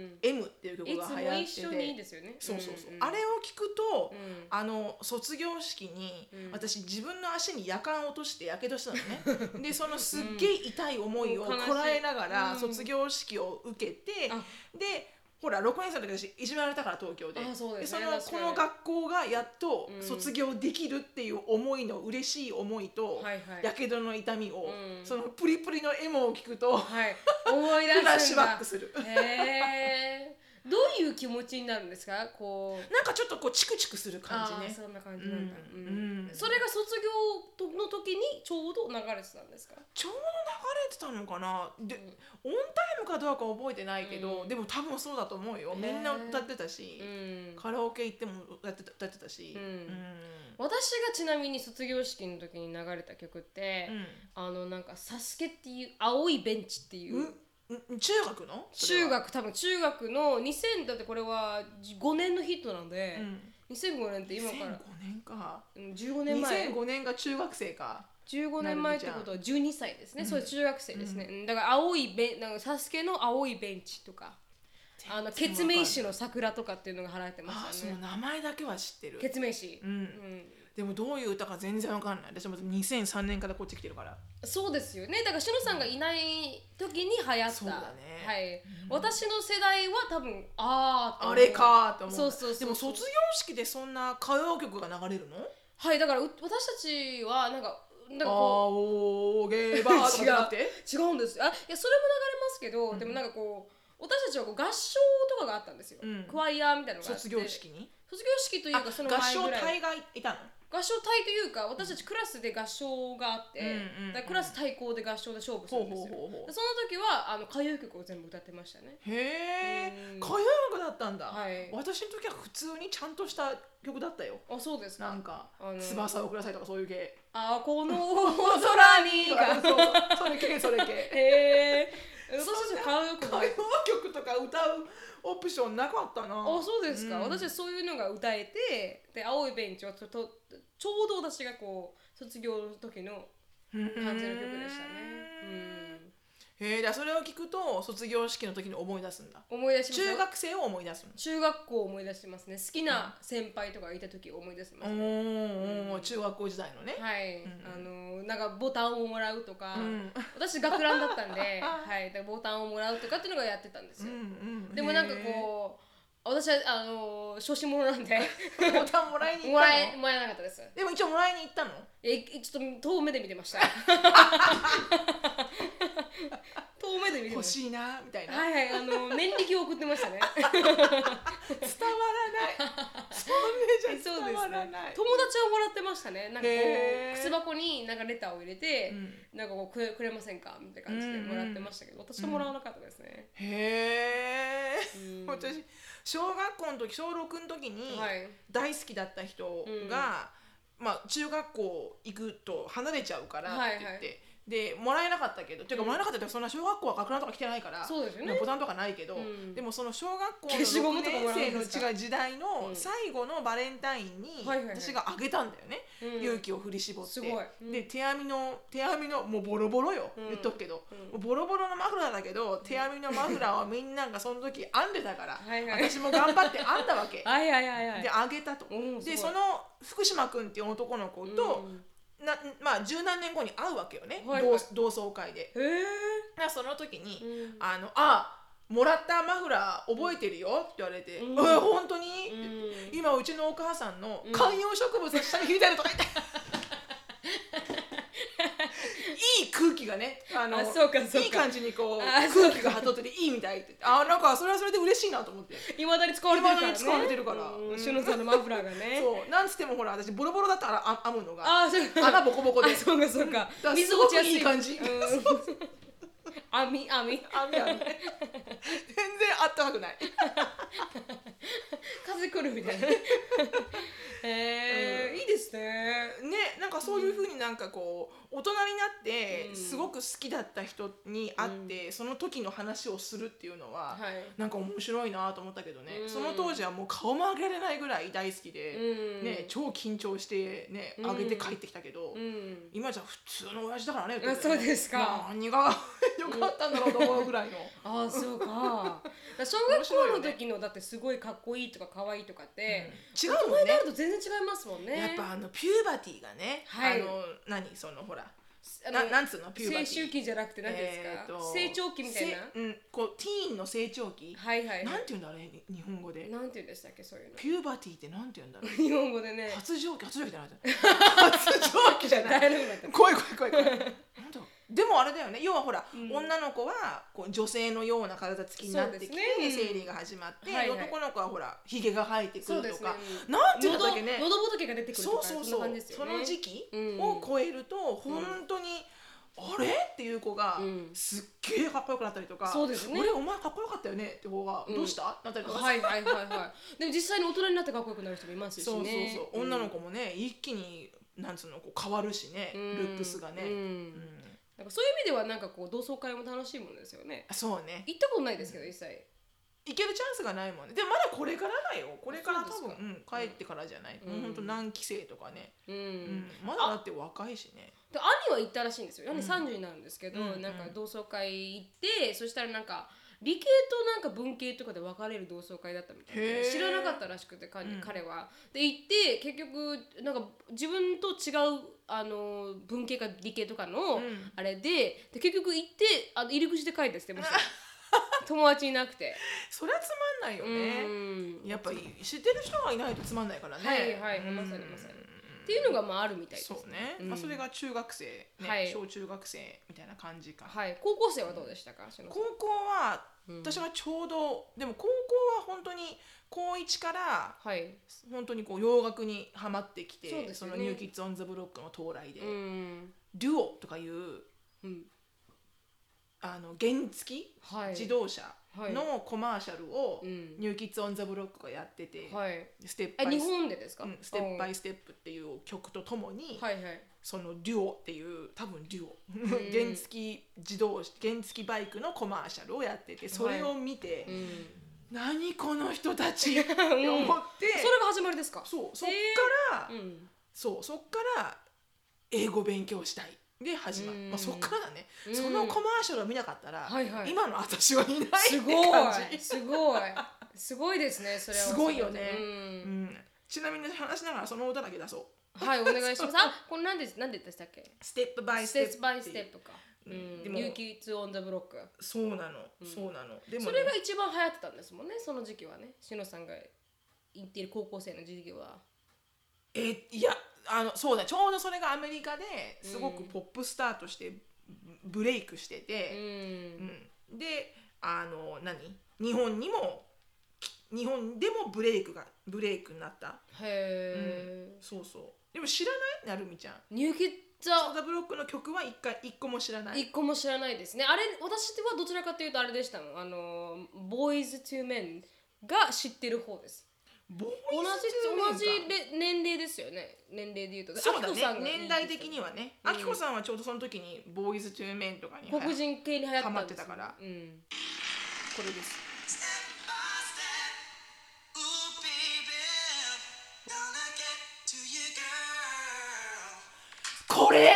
M っていう曲が流行ってて、あれを聞くと、卒業式に私自分の足にやかん落としてやけどしたのね。でそのすっげえ痛い思いをこらえながら卒業式を受けて、でほら6年生の時私いじめられたから東京で、この学校がやっと卒業できるっていう思いの嬉しい思いと、やけどの痛みを、そのプリプリのエモを聞くと、 思い出すんだ。 フラッシュバックする。 どういう気持ちになるんですか？こうなんかちょっとこうチクチクする感じね。 そんな感じなんだ。それが卒業の時にちょうど流れてたんですか？ ちょうど流れてたのかな。で、オンタイムかどうか覚えてないけど、でも多分そうだと思うよ。みんな歌ってたし、カラオケ行っても歌ってたし。 私がちなみに卒業式の時に流れた曲って、なんかサスケっていう青いベンチっていう。 中学の？ 多分中学の2000だってこれは5年のヒットなんで、2005年って今から 2005年か、 15年前 2005年が中学生か。 15年前ってことは12歳ですね。それ中学生ですね。だからなんかサスケの青いベンチとか、ケツメイシの桜とかっていうのが払ってましたね。 その名前だけは知ってる。 ケツメイシ。 でもどういう歌か全然わかんない。私も2003年からこっち来てるから。 そうですよね。だからしのさんがいない時に流行った。 そうだね。 はい。私の世代は多分あれかと思う。 でも卒業式でそんな歌謡曲が流れるの？ はい。だから私たちはなんかこうゲーバーとかじゃなくて違うんです。いやそれも流れますけど、でもなんかこう私たちは合唱とかがあったんですよ。クワイアーみたいなのがあって。卒業式というかその前ぐらい。 合唱隊がいたの？ 合唱隊というか私たちクラスで合唱があって、クラス対抗で合唱で勝負するんですよ。その時は歌謡曲を全部歌ってましたね。 へえ、歌謡曲だったんだ。私の時は普通にちゃんとした曲だったよ。 そうですか。 なんか翼をくださいとかそういう系。 この空にそれ系。 へえ。私たち歌謡曲とか歌うオプションなかったな。 そうですか。私はそういうのが歌えて、で青いベンチはちょうど私がこう卒業の時の感じの曲でしたね。 それを聞くと卒業式の時に思い出すんだ。 思い出します。 中学生を思い出すの？ 中学校を思い出しますね。好きな先輩とかいた時を思い出しますね。 中学校時代のね。 はい。なんかボタンをもらうとか、私学ランだったんで、はい。だからボタンをもらうとかっていうのがやってたんですよ。でもなんかこう私は小心者なんでボタンもらいに行ったの？ もらえなかったです。 でも一応もらいに行ったの？ ちょっと遠目で見てました。遠目で見てました。 欲しいなみたいな。 念力を送ってましたね。 伝わらない。それじゃ伝わらない。 友達はもらってましたね。なんかこう靴箱になんかレターを入れて、なんかこうくれませんかみたいな感じでもらってましたけど、私はもらわなかったですね。 私小学校の時小6の時に大好きだった人が、中学校行くと離れちゃうからって言って。でもらえなかったけど、ていうかもらえなかったってそんな小学校は学ランとか来てないから、 そうですよね、 ボタンとかないけど、でもその小学校の6年生の時代の最後のバレンタインに私があげたんだよね、勇気を振り絞って。で手編みのもうボロボロよ、言っとくけど、ボロボロのマフラーだけど手編みのマフラーをみんながその時編んでたから私も頑張って編んだわけであげたと。でその福島くんっていう男の子と十何年後に会うわけよね、同窓会で。その時にもらったマフラー覚えてるよって言われて、本当にって今うちのお母さんの観葉植物の下に引いてあるとか言っていい空気がねそうかそうかいい感じにこう空空気がはとってていいみたいってなんかそれはそれで嬉しいなと思って。 いまだに使われてるからね。 使われてるから。 しゅのさんのマフラーがね。 そうなんつってもほら私ボロボロだったら編むのがそう穴ボコボコで。 そうかそうか。 水落ちやすい。いい感じ。 網全然あったかくない。 風来るみたいな。いいですね。 ね、なんかそういう風になんかこう大人になってすごく好きだった人に会ってその時の話をするっていうのはなんか面白いなと思ったけどね。その当時はもう顔も上げれないぐらい大好きでね、超緊張してね上げて帰ってきたけど、今じゃ普通の親父だからね。 そうですか。 何が良かったんだろうと思うぐらいの。 そうか。小学校の時のだってすごいかっこいいとか可愛いとかって違うもんね。 大人になると全然違いますもんね。 やっぱピューバティがね、そのほらなんつうのピューバティ。 青春期じゃなくて何ですか、成長期みたいな、 こうティーンの成長期、なんていうんだあれ日本語で。 なんていうんでしたっけそういうの。 ピューバティってなんていうんだろう。 日本語でね。 発情期じゃない。発情期じゃない。怖い。なんだでもあれだよね。要はほら、女の子はこう女性のような体つきになってきて、生理が始まって、男の子はほらひげが生えてくるとか、なんていうんだっけね。 喉仏が出てくるとかそんな感じですよね。 その時期を超えると本当にあれっていう子がすっげえかっこよくなったりとか、俺お前かっこよかったよねって子がどうしたなったりとか。 でも実際に大人になってかっこよくなる人もいますしね。 女の子もね一気になんつうのこう変わるしね、ルックスがね。 なんかそういう意味ではなんかこう同窓会も楽しいものですよね。 そうね。 行ったことないですけど一切。 行けるチャンスがないもんね。でもまだこれからだよ。これから多分帰ってからじゃない。もう本当何期生とかね。まだだって若いしね。 で兄は行ったらしいんですよ。兄30になるんですけど、なんか同窓会行ってそしたらなんか理系となんか文系とかで分かれる同窓会だったみたいで知らなかったらしくて彼は。で行って結局なんか自分と違う文系か理系とかのあれで結局行って入り口で帰って捨てました。友達いなくて。 それはつまんないよね。やっぱり知ってる人がいないとつまんないからね。 まさにっていうのがまああるみたいです。 そうね。それが中学生小中学生みたいな感じか。 高校生はどうでしたか？ 高校は私はちょうどでも高校は本当に高1から本当にこう洋楽にハマってきて、そのニューキッズオンザブロックの到来でデュオとかいう原付自動車のコマーシャルをニューキッズオンザブロックがやってて、ステップバイ日本でですか？ ステップバイステップっていう曲とともにそのデュオっていう多分デュオ原付バイクのコマーシャルをやってて、それを見て何この人たちって思ってそれが始まりですか？ そっから英語勉強したいで始まる。そっからだね。そのコマーシャルを見なかったら今の私はいないって感じ。 すごいですね。それはすごいよね。ちなみに話しながらその歌だけ出そう。 お願いします。これ何でしたっけ？ ステップバイステップか。ニューキッズオンザブロック。 そうなの。 でもそれが一番流行ってたんですもんね。その時期はね。しのさんが行っている高校生の時期は。 いやそうだ、ちょうどそれがアメリカですごくポップスターとしてブレイクしてて、で日本でもブレイクになった。そうでも知らない？なるみちゃんニューキッズオンザブロックの曲は一個も知らない？ 一個も知らないですね。あれ私はどちらかというとあれでしたの。ボーイズ・トゥ・メンが知ってる方です。同じ年齢ですよね。年齢で言うとそうだね。年代的にはね。あきこさんはちょうどその時にボーイズ・トゥ・メンとかに黒人系に流行ってたから。これです。これ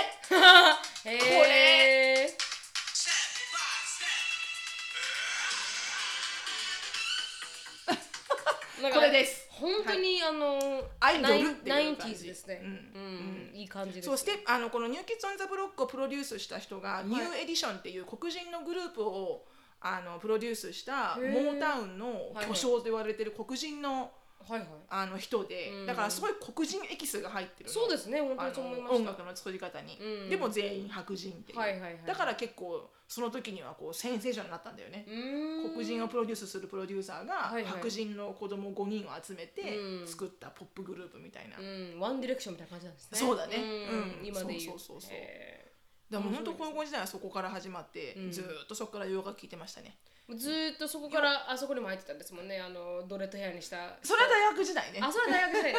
これです。 本当にアイドルっていう感じですね。いい感じです。 そうこのニューキッズオンザブロックをプロデュースした人がニューエディションっていう黒人のグループをプロデュースしたモータウンの巨匠と言われてる黒人の人で、だからすごい黒人エキスが入ってるの。 そうですね、本当にそう思いました。 音楽の作り方に、でも全員白人っていう、だから結構その時にはこうセンセーションになったんだよね。黒人をプロデュースするプロデューサーが白人の子供5人を集めて作ったポップグループみたいな、 ワンディレクションみたいな感じなんですね。 そうだね、 今で言う。 そうでも本当高校時代はそこから始まって、ずっとそこから洋楽聴いてましたね。 ずっとそこからあそこにも入ってたんですもんね、ドレッドヘアにした。 それは大学時代ね。 それは大学時代だった。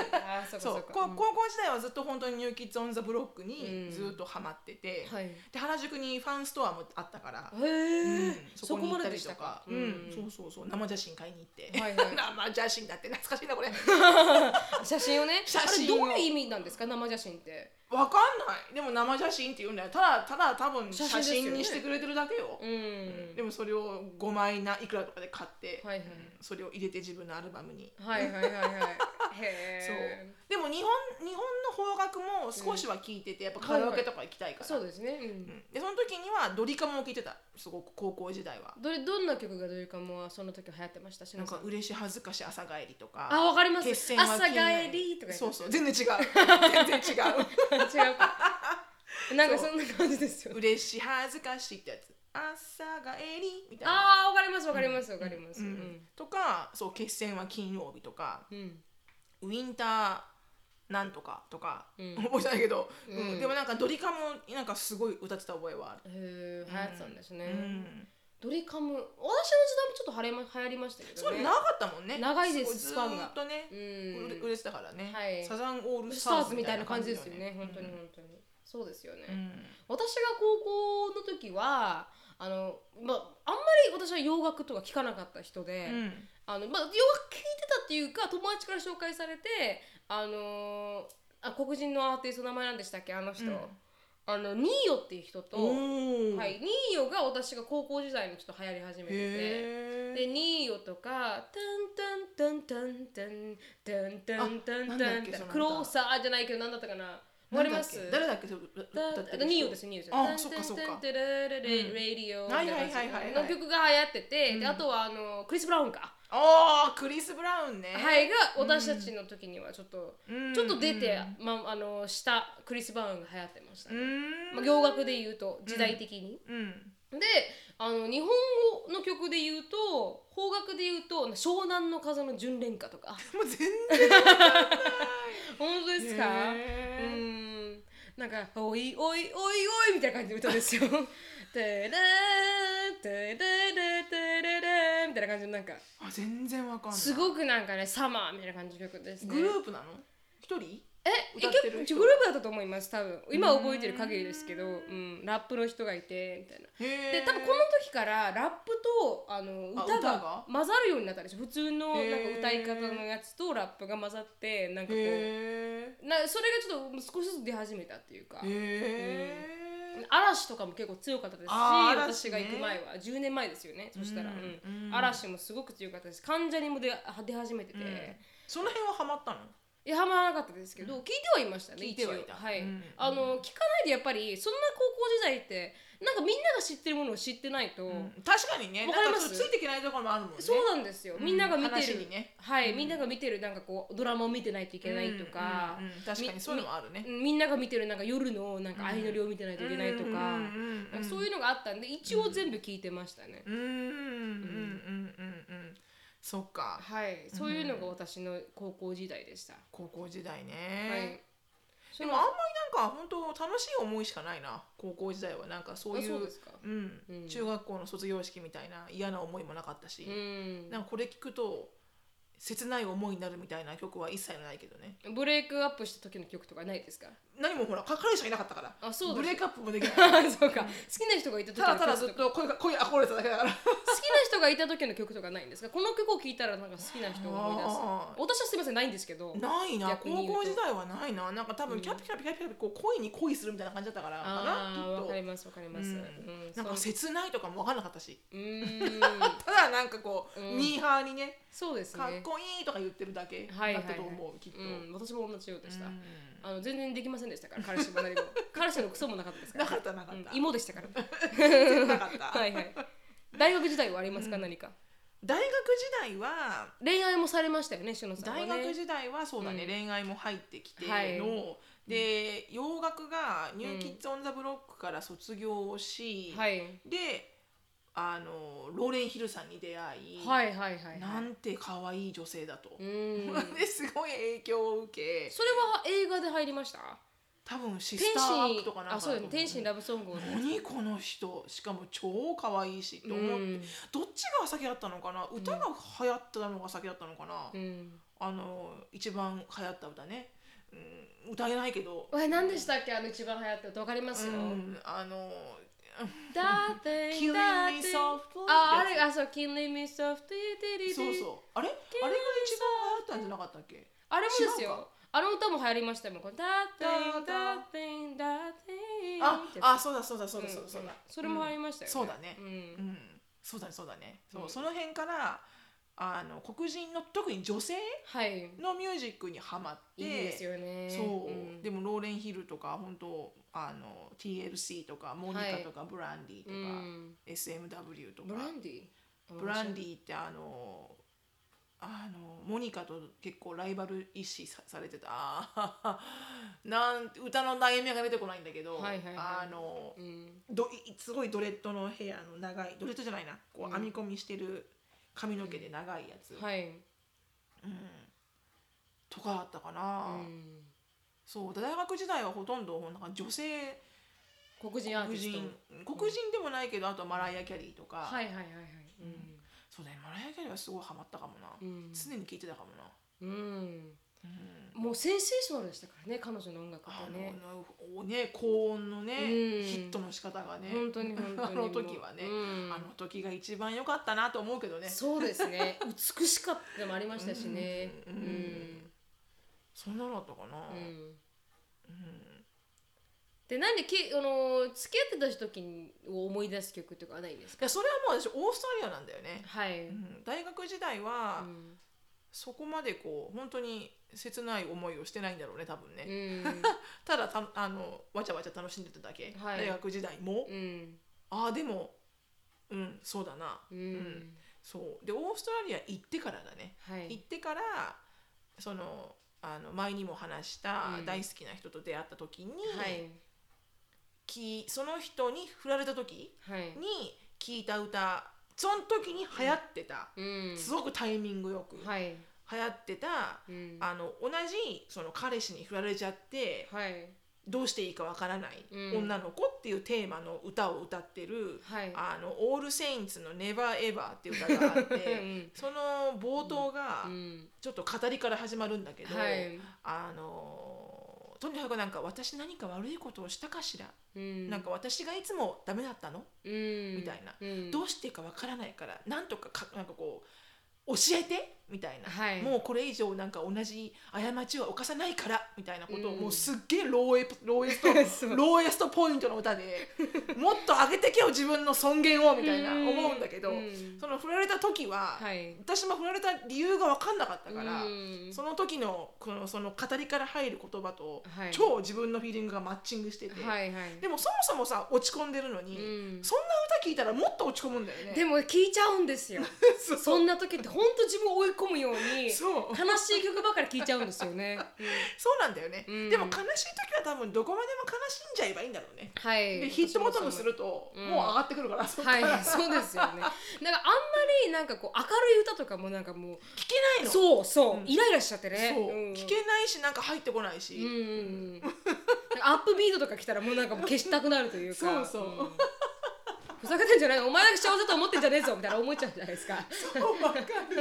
そう高校時代はずっと本当にニューキッズ・オン・ザ・ブロックにずっとハマってて、で原宿にファンストアもあったから、そこに行ったりとか、そう生写真買いに行って、生写真だって懐かしいなこれ。 写真をね、あれどういう意味なんですか、生写真って。 わかんない。でも生写真って言うんだよ。ただ多分写真にしてくれてるだけよ。でもそれを5枚いくらとかで買って、それを入れて自分のアルバムに。でも日本の邦楽も少しは聴いてて、やっぱカラオケとか行きたいから。 そうですね。 でその時にはドリカムを聴いてた。すごく高校時代は。 どんな曲がドリカムはその時流行ってました？ なんか嬉し恥ずかし朝帰りとか。 わかります。朝帰りとか。 そう全然違う。全然違う。 違うか。なんかそんな感じですよ。 嬉し恥ずかしいってやつ。朝帰りみたいな。 わかります。 とか、そう決戦は金曜日とか、ウィンターなんとかとか覚えてないけど、でもなんかドリカムなんかすごい歌ってた覚えはある。 流行ってたんですね。ドリカム、私の時代もちょっと流行りましたけどね。 それ長かったもんね。 長いです、スパンが。 ずっとね、売れてたからね。 サザンオールスターズみたいな感じですよね。本当に。そうですよね。私が高校の時はあんまり私は洋楽とか聴かなかった人で、洋楽聴いてたっていうか、友達から紹介されて、黒人のアーティストの名前なんでしたっけ、あの人。ニーヨっていう人と、ニーヨが私が高校時代にちょっと流行り始めてて、でニーヨとかタンタンタンタンタンタンタンタンタンタンクローサーじゃないけど何だったかな、わかります？ 誰だっけ？歌ってる人。 ニーヨです。 そっかそっか。 レディオの曲が流行ってて、あとはクリス・ブラウンか。 クリス・ブラウンね。 が私たちの時にはちょっと出て、したクリス・ブラウンが流行ってましたね。洋楽で言うと時代的に。で、日本語の曲で言うと、邦楽で言うと湘南の風の純恋歌とか。 もう全然わかんない。 本当ですか？なんかおいおいおいおいみたいな感じの歌ですよ。テレテレテレレみたいな感じのなんか。 全然わかんない。 すごくなんかね、サマーみたいな感じの曲ですね。 グループなの？一人？ グループだったと思います、多分。今覚えてる限りですけど、ラップの人がいてみたいな。で、多分この時からラップと歌が混ざるようになったんですよ。普通のなんか歌い方のやつとラップが混ざって、なんかこうそれがちょっと少しずつ出始めたっていうか。嵐とかも結構強かったですし、私が行く前は10年前ですよね。そしたら嵐もすごく強かったです。関ジャニも出始めてて、 その辺はハマったの？ ハマらなかったですけど、聞いてはいましたね。 聞いてはいた。 聞かないでやっぱりそんな高校時代ってなんかみんなが知ってるものを知ってないと、 確かにね、なんかついていけないところもあるもんね。 そうなんですよ。みんなが見てる話にね、 みんなが見てるなんかこうドラマを見てないといけないとか、 確かにそういうのもあるね。 みんなが見てるなんか夜のなんか相乗りを見てないといけないとか、そういうのがあったんで一応全部聞いてましたね。 そっか。 そういうのが私の高校時代でした。 高校時代ね。でもあんまりなんか本当楽しい思いしかないな。高校時代はなんかそういう中学校の卒業式みたいな嫌な思いもなかったし、なんかこれ聞くと切ない思いになるみたいな曲は一切ないけどね。 ブレイクアップした時の曲とかないですか？ 何もほら彼氏がいなかったから。ブレイクアップもできない。 そうか。好きな人がいた時の曲とか。 ただずっと恋憧れただけだから。 好きな人がいた時の曲とかないんですか？この曲を聴いたらなんか好きな人を思い出す。私はすみませんないんですけど。 ないな。高校時代はないな。なんか多分キャピキャピキャピキャピこう恋に恋するみたいな感じだったからかな。 わかりますわかります。 なんか切ないとかも分からなかったし。ただなんかこうミーハーにね。 そうですね。 かっこいいとか言ってるだけだったと思う、きっと。 私も同じようでした。全然できませんでしたから、彼氏も何も。彼氏のクソもなかったですから。 なかった。 芋でしたから。 全然なかった。 大学時代はありますか、何か？ 大学時代は恋愛もされましたよね、しのさんはね。 大学時代はそうだね、恋愛も入ってきての、で洋楽がニューキッズ・オン・ザ・ブロックから卒業をし、でローレン・ヒルさんに出会い、なんて可愛い女性だと、ですごい影響を受け。 それは映画で入りました？ 多分シスターアクトかなんかだと思う。 そうですね、天心ラブソングを。 何この人、しかも超可愛いしと思って、どっちが先だったのかな、歌が流行ったのが先だったのかな、一番流行った歌ね、歌えないけど、 何でしたっけ、一番流行った歌、わかりますよ。 Killing Me Softly。 あれ、そう、Killing Me Softly。 そうそう、あれが一番流行ったんじゃなかったっけ。 あれもですよ、あの歌も流行りましたよ。That thing。 そうだそうだそうだそうだそうだ、 それも流行りましたよね。 そうだね、そうだねそうだね、その辺から黒人の特に女性のミュージックにハマって、 いいですよね。 そう、でもローレン・ヒルとか本当TLC とかモニカとかブランディとか、SMW とか。 ブランディってモニカと結構ライバル意識されてた歌の題名が出てこないんだけど、すごいドレッドのヘアの長い、ドレッドじゃないな、こう編み込みしてる髪の毛で長いやつ、とかだったかな。そう、大学時代はほとんどなんか女性黒人アーティスト、 黒人でもないけど、あとマライア・キャリーとか、そうだね、マライア・キャリーはすごいハマったかもな、常に聴いてたかもな。 もうセンセーショナルでしたからね、彼女の音楽ってね。 高音のね、ヒットの仕方がね、 本当にあの時はね、あの時が一番良かったなと思うけどね。 そうですね、美しかったのもありましたしね。 そんなのだったかな。 で、なんで付き合ってた時を思い出す曲とかはないんですか？ いや、それはもう私オーストラリアなんだよね。 はい大学時代は、そこまでこう本当に切ない思いをしてないんだろうね、多分ね。ただわちゃわちゃ楽しんでただけ、大学時代も。でもそうだな。そうで、オーストラリア行ってからだね。行ってから前にも話した大好きな人と出会った時に、その人に振られた時に聴いた歌、その時に流行ってた、すごくタイミングよく流行ってた、同じその彼氏に振られちゃって、どうしていいかわからない女の子っていうテーマの歌を歌ってる、オールセインツの Never Ever っていう歌があって、その冒頭がちょっと語りから始まるんだけど、とにかくなんか私何か悪いことをしたかしら、なんか私がいつもダメだったの、みたいな、どうしていいかわからないからなんとかなんかこう教えてみたいな、もうこれ以上なんか同じ過ちは犯さないからみたいなことを、もうすっげえローエストポイントの歌でもっと上げてけよ自分の尊厳をみたいな思うんだけど、その振られた時は、私も振られた理由が分かんなかったから、その時のその語りから入る言葉と、超自分のフィーリングがマッチングしてて、でもそもそもさ落ち込んでるのに、そんな歌聞いたらもっと落ち込むんだよね。 でも聞いちゃうんですよそんな時って本当自分を追い込むように悲しい曲ばかり聴いちゃうんですよね。 そうなんだよね。でも悲しい時は多分どこまでも悲しんじゃえばいいんだろうね。でヒットボタンするともう上がってくるから。そうですよね。なんかあんまりなんかこう明るい歌とかもなんかもう聞けないの。 そうイライラしちゃってね。 聞けないしなんか入ってこないし。 アップビートとか来たらもうなんかもう消したくなるというか。ふざけてんじゃないの、お前だけ幸せと思ってんじゃねえぞみたいな思っちゃうじゃないですか。 そうわかる。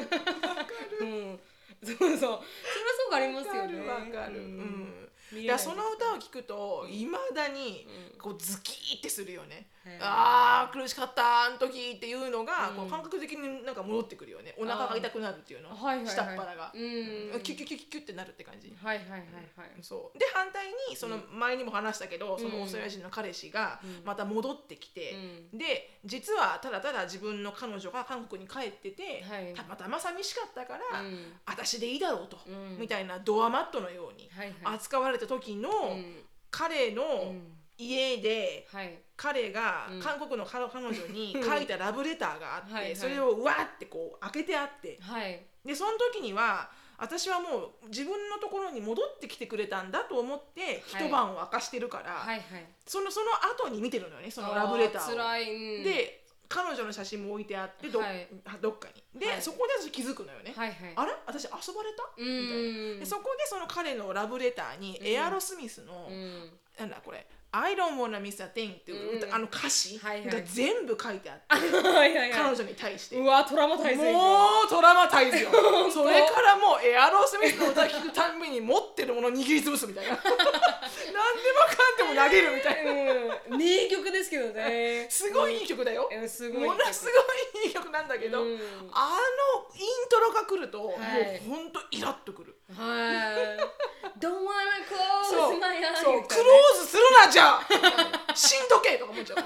それはすごくありますよね。 わかる。いや、その歌を聞くといまだにこうズキーってするよね。苦しかったあの時っていうのがこう感覚的になんか戻ってくるよね。お腹が痛くなるっていうの、下っ腹がキュキュキュキュキュってなるって感じ。そうで、反対にその前にも話したけど、そのオーストラリア人の彼氏がまた戻ってきて、で実はただただ自分の彼女が韓国に帰ってて、たまたま寂しかったから私でいいだろうと、みたいなドアマットのように扱われた時の彼の家で彼が韓国の彼女に書いたラブレターがあってそれをうわーってこう開けてあってでその時には私はもう自分のところに戻ってきてくれたんだと思って一晩を明かしてるからその後に見てるのよねそのラブレターを。で彼女の写真も置いてあってどっかにで、そこで私気づくのよね、あれ私遊ばれたみたいなでそこでその彼のラブレターにエアロスミスの、なんだこれI don't wanna miss a thing っていう、歌詞が全部書いてあって彼女に対してうわトラマタイズもうトラマタイズよそれからもうエアロースミスの歌聴くたんびに持ってるものを握りつぶすみたいな何でもかんでも投げるみたいな、 名曲ですけどねすごいいい曲だよ、 すごいものすごいいい曲なんだけど、あのイントロが来ると、もうほんとイラッとくる Don't wanna close my eyes そうクローズするなじゃあ死んどけとか思っちゃう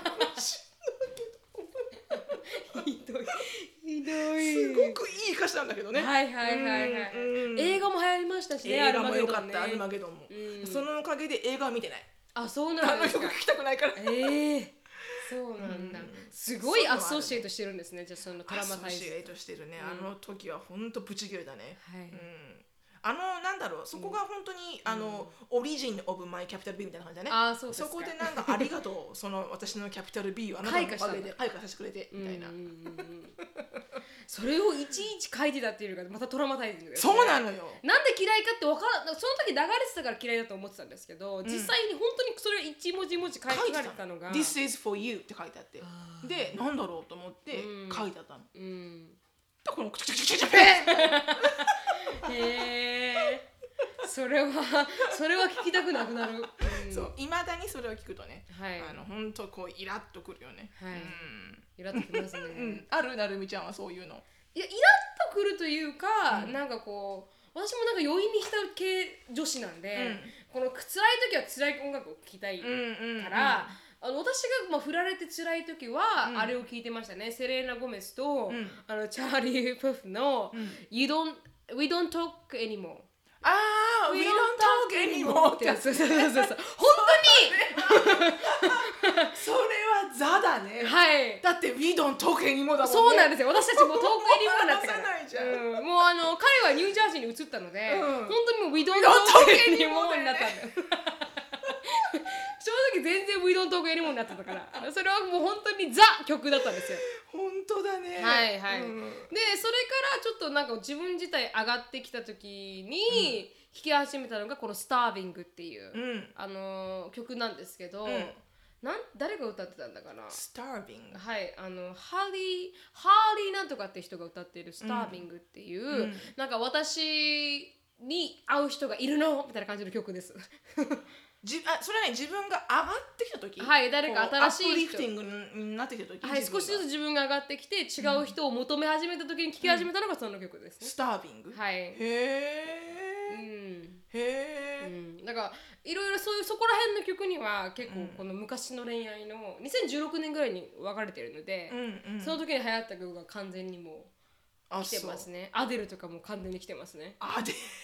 ひどいすごくいい歌詞なんだけどね映画も流行りましたしね映画も良かったアルマゲドンもそのおかげで映画は見てないあそうなんですかあの曲聴きたくないからそうなんだすごいアソシエイトしてるんですねじゃあそのトラマタイズアソシエイトしてるねあの時はほんとブチギレだねなんだろうそこが本当にオリジンオブマイキャピタル B みたいな感じだねそこでなんかありがとうその私のキャピタル B をあなたのおかげで開花させてくれてみたいなそれをいちいち書いてたっていうのがまたトラマタイズングですねそうなのよなんで嫌いかって分からその時流れてたから嫌いだと思ってたんですけど実際に本当にそれ一文字一文字書いてたのが This is for you って書いてあってでなんだろうと思って書いてあったのだからクチクチクチクチへえそれは聞きたくなくなるそういまだにそれを聞くとねほんとこうイラッとくるよねイラッときますねあるなるみちゃんはそういうのいやイラッとくるというかなんかこう私もなんか余韻に浸る系女子なんでこの辛い時は辛い音楽を聴きたいから私が振られて辛い時はあれを聴いてましたねセレーナ・ゴメスとチャーリー・プフのWe don't talk anymore We don't talk anymore ってやつそう本当にそれはザだねだって We don't talk anymore だもんねそうなんですよ私たちもうトークエニモーになってからもう彼はニュージャージーに移ったので本当にもう We don't talk anymore になったんだよ正直全然 We don't talk anymore になってたからそれはもう本当にザ曲だったんですよ本当だねでそれからちょっとなんか自分自体上がってきた時に弾き始めたのがこの「Starving」っていう、曲なんですけど、誰が歌ってたんだかな Starving はいハーリーなんとかって人が歌っている「Starving」っていう、なんか私に会う人がいるのみたいな感じの曲ですそれはね自分が上がってきた時誰か新しい人アップリフティングになってきた時少しずつ自分が上がってきて違う人を求め始めた時に聴き始めたのがその曲ですねスタービングへえだからいろいろそこら辺の曲には結構この昔の恋愛の2016年ぐらいに分かれてるのでその時に流行った曲が完全にもう来てますねアデルとかも完全に来てますねあ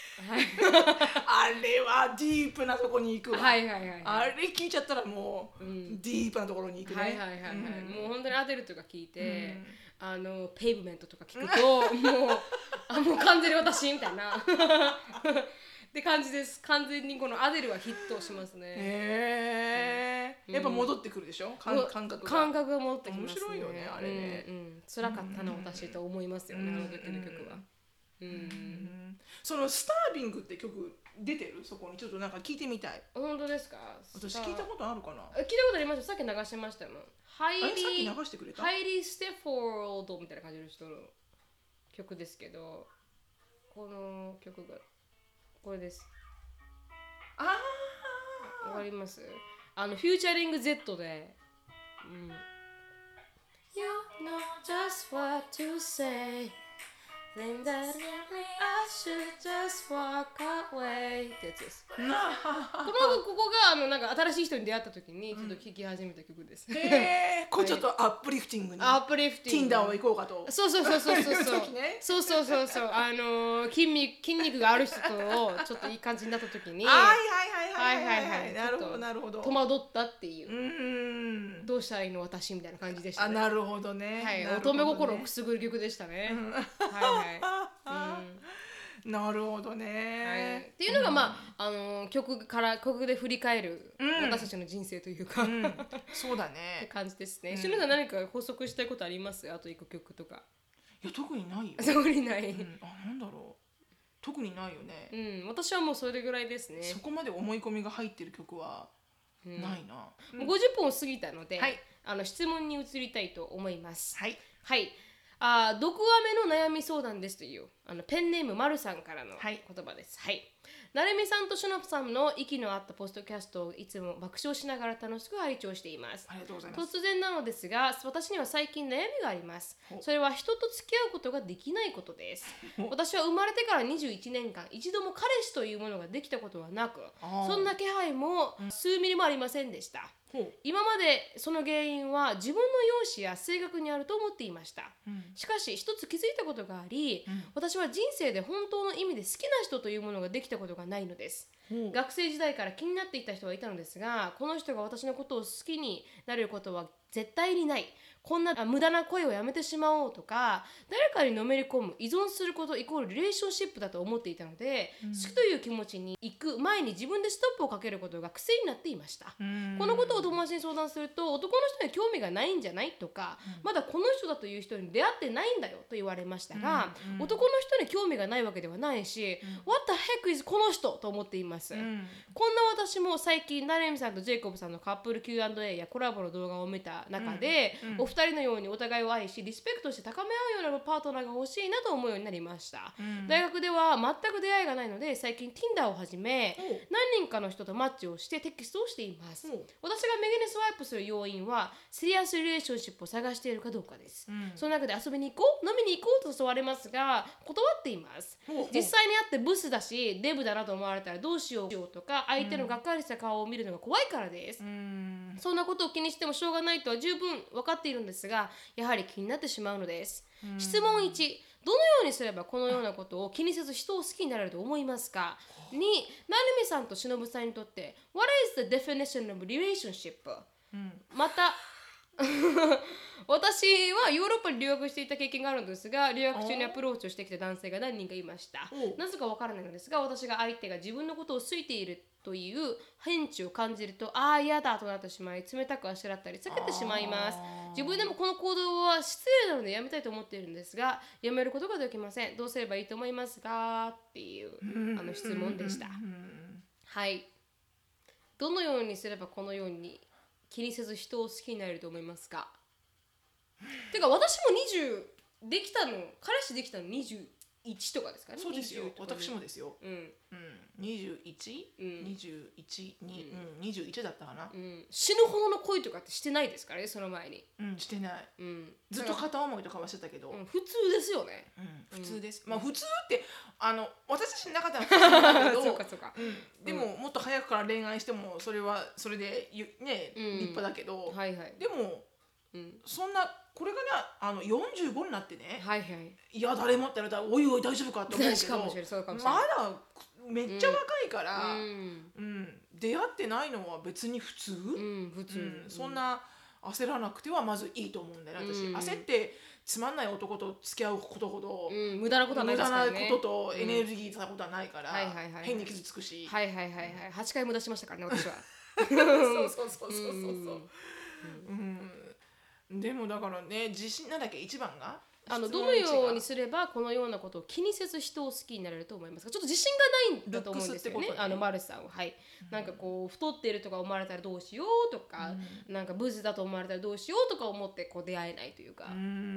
れはディープなとこに行くわあれ聞いちゃったらもうディープなところに行くねもう本当にアデルとか聞いてペイブメントとか聞くともう完全に私みたいなって感じです完全にこのアデルはヒットしますねやっぱ戻ってくるでしょ感覚が戻ってきますね面白いよねあれね辛かったな私と思いますよねあの時の曲はそのスタービングって曲出てるそこにちょっとなんか聞いてみたい本当ですか私聞いたことあるかな聞いたことありますよさっき流しましたもんハイリー・ステフォードみたいな感じの人の曲ですけどこの曲がこれですわかりますフューチャリング Z でYou know just what to say Think that I should just walk away ってやつです。ここがなんか新しい人に出会った時にちょっと聴き始めた曲です。 これちょっとアップリフティングに。 アップリフティング。 Tinder を行こうかと。 そう。筋肉がある人とちょっといい感じになった時に。はい。なるほど。戸惑ったっていう。どうしたらいいの私みたいな感じでしたね。 なるほどね。 はい。乙女心をくすぐる曲でしたね。 なるほどね。 っていうのが曲で振り返る私たちの人生というか、 そうだね。 って感じですね。しのさん何か補足したいことあります？あと一個曲とか。 いや特にないよ。 特にない。 なんだろう。特にないよね。 私はもうそれぐらいですね。 そこまで思い込みが入ってる曲はないな。 もう50分を過ぎたので、質問に移りたいと思います。はい。毒アメの悩み相談ですというペンネームまるさんからの言葉です。なるみさんとしのさんの息の合ったポストキャストをいつも爆笑しながら楽しく拝聴しています。 ありがとうございます。 突然なのですが、私には最近悩みがあります。それは人と付き合うことができないことです。私は生まれてから21年間一度も彼氏というものができたことはなく、そんな気配も数ミリもありませんでした。今までその原因は自分の容姿や性格にあると思っていました。しかし一つ気づいたことがあり、私は人生で本当の意味で好きな人というものができたことがないのです。学生時代から気になっていた人がいたのですが、この人が私のことを好きになれることは絶対にない。こんな無駄な恋をやめてしまおうとか、誰かにのめり込む、依存することイコールリレーションシップだと思っていたので、好きという気持ちに行く前に自分でストップをかけることが癖になっていました。このことを友達に相談すると、男の人に興味がないんじゃないとか、まだこの人だという人に出会ってないんだよと言われましたが、男の人に興味がないわけではないし、What the heck is この人と思っています。こんな私も最近ナレミさんとジェイコブさんのカップル Q&A やコラボの動画を見た中で、お二人のようにお互いを愛しリスペクトして高め合うようなパートナーが欲しいなと思うようになりました。大学では全く出会いがないので最近 Tinder を始め何人かの人とマッチをしてテキストをしています。私が右にスワイプする要因はシリアスリレーションシップを探しているかどうかです。その中で遊びに行こう飲みに行こうと誘われますが断っています。実際に会ってブスだしデブだなと思われたらどうしようとか相手のがっかりした顔を見るのが怖いからです。そんなことを気にしてもしょうがないとは十分分かっているんですが、やはり気になってしまうのです。質問1、どのようにすればこのようなことを気にせず人を好きになれると思いますか？ 2、なるみさんとしのぶさんにとって What is the definition of relationship？また私はヨーロッパに留学していた経験があるのですが、留学中にアプローチをしてきた男性が何人かいました。なぜかわからないのですが、私が相手が自分のことを好いているという変地を感じると、嫌だとなってしまい、冷たくあしらったり避けてしまいます。自分でもこの行動は失礼なのでやめたいと思っているんですが、やめることができません。どうすればいいと思いますかっていう質問でした。はい。どのようにすればこのように気にせず人を好きになれると思いますか？てか私も20できたの、彼氏できたの21とかですかね。 そうですよ。私もですよ。21だったかな。 死ぬほどの恋とかってしてないですからね、その前に。 してない。ずっと片思いとかはしてたけど。 普通ですよね。 普通です。まあ普通って私たちの中では普通だけど、 そうか。 でももっと早くから恋愛してもそれはそれでね立派だけど、でもそんなこれがね45になってね、いや誰もって言われたらおいおい大丈夫かって思うけど、まだめっちゃ若いから、出会ってないのは別に普通、そんな焦らなくてはまずいいと思うんだよね。私焦ってつまんない男と付き合うことほど無駄なことはないですからね。 無駄なこととエネルギーしたことはないから変に傷つくし、 8回無駄しましたからね私は。 そうでもだからね、自信なんだっけ一番がどのようにすればこのようなことを気にせず人を好きになれると思いますか？ちょっと自信がないんだと思うんですよね。マルさんはなんかこう太っているとか思われたらどうしようとか、なんかブスだと思われたらどうしようとか思ってこう出会えないというか。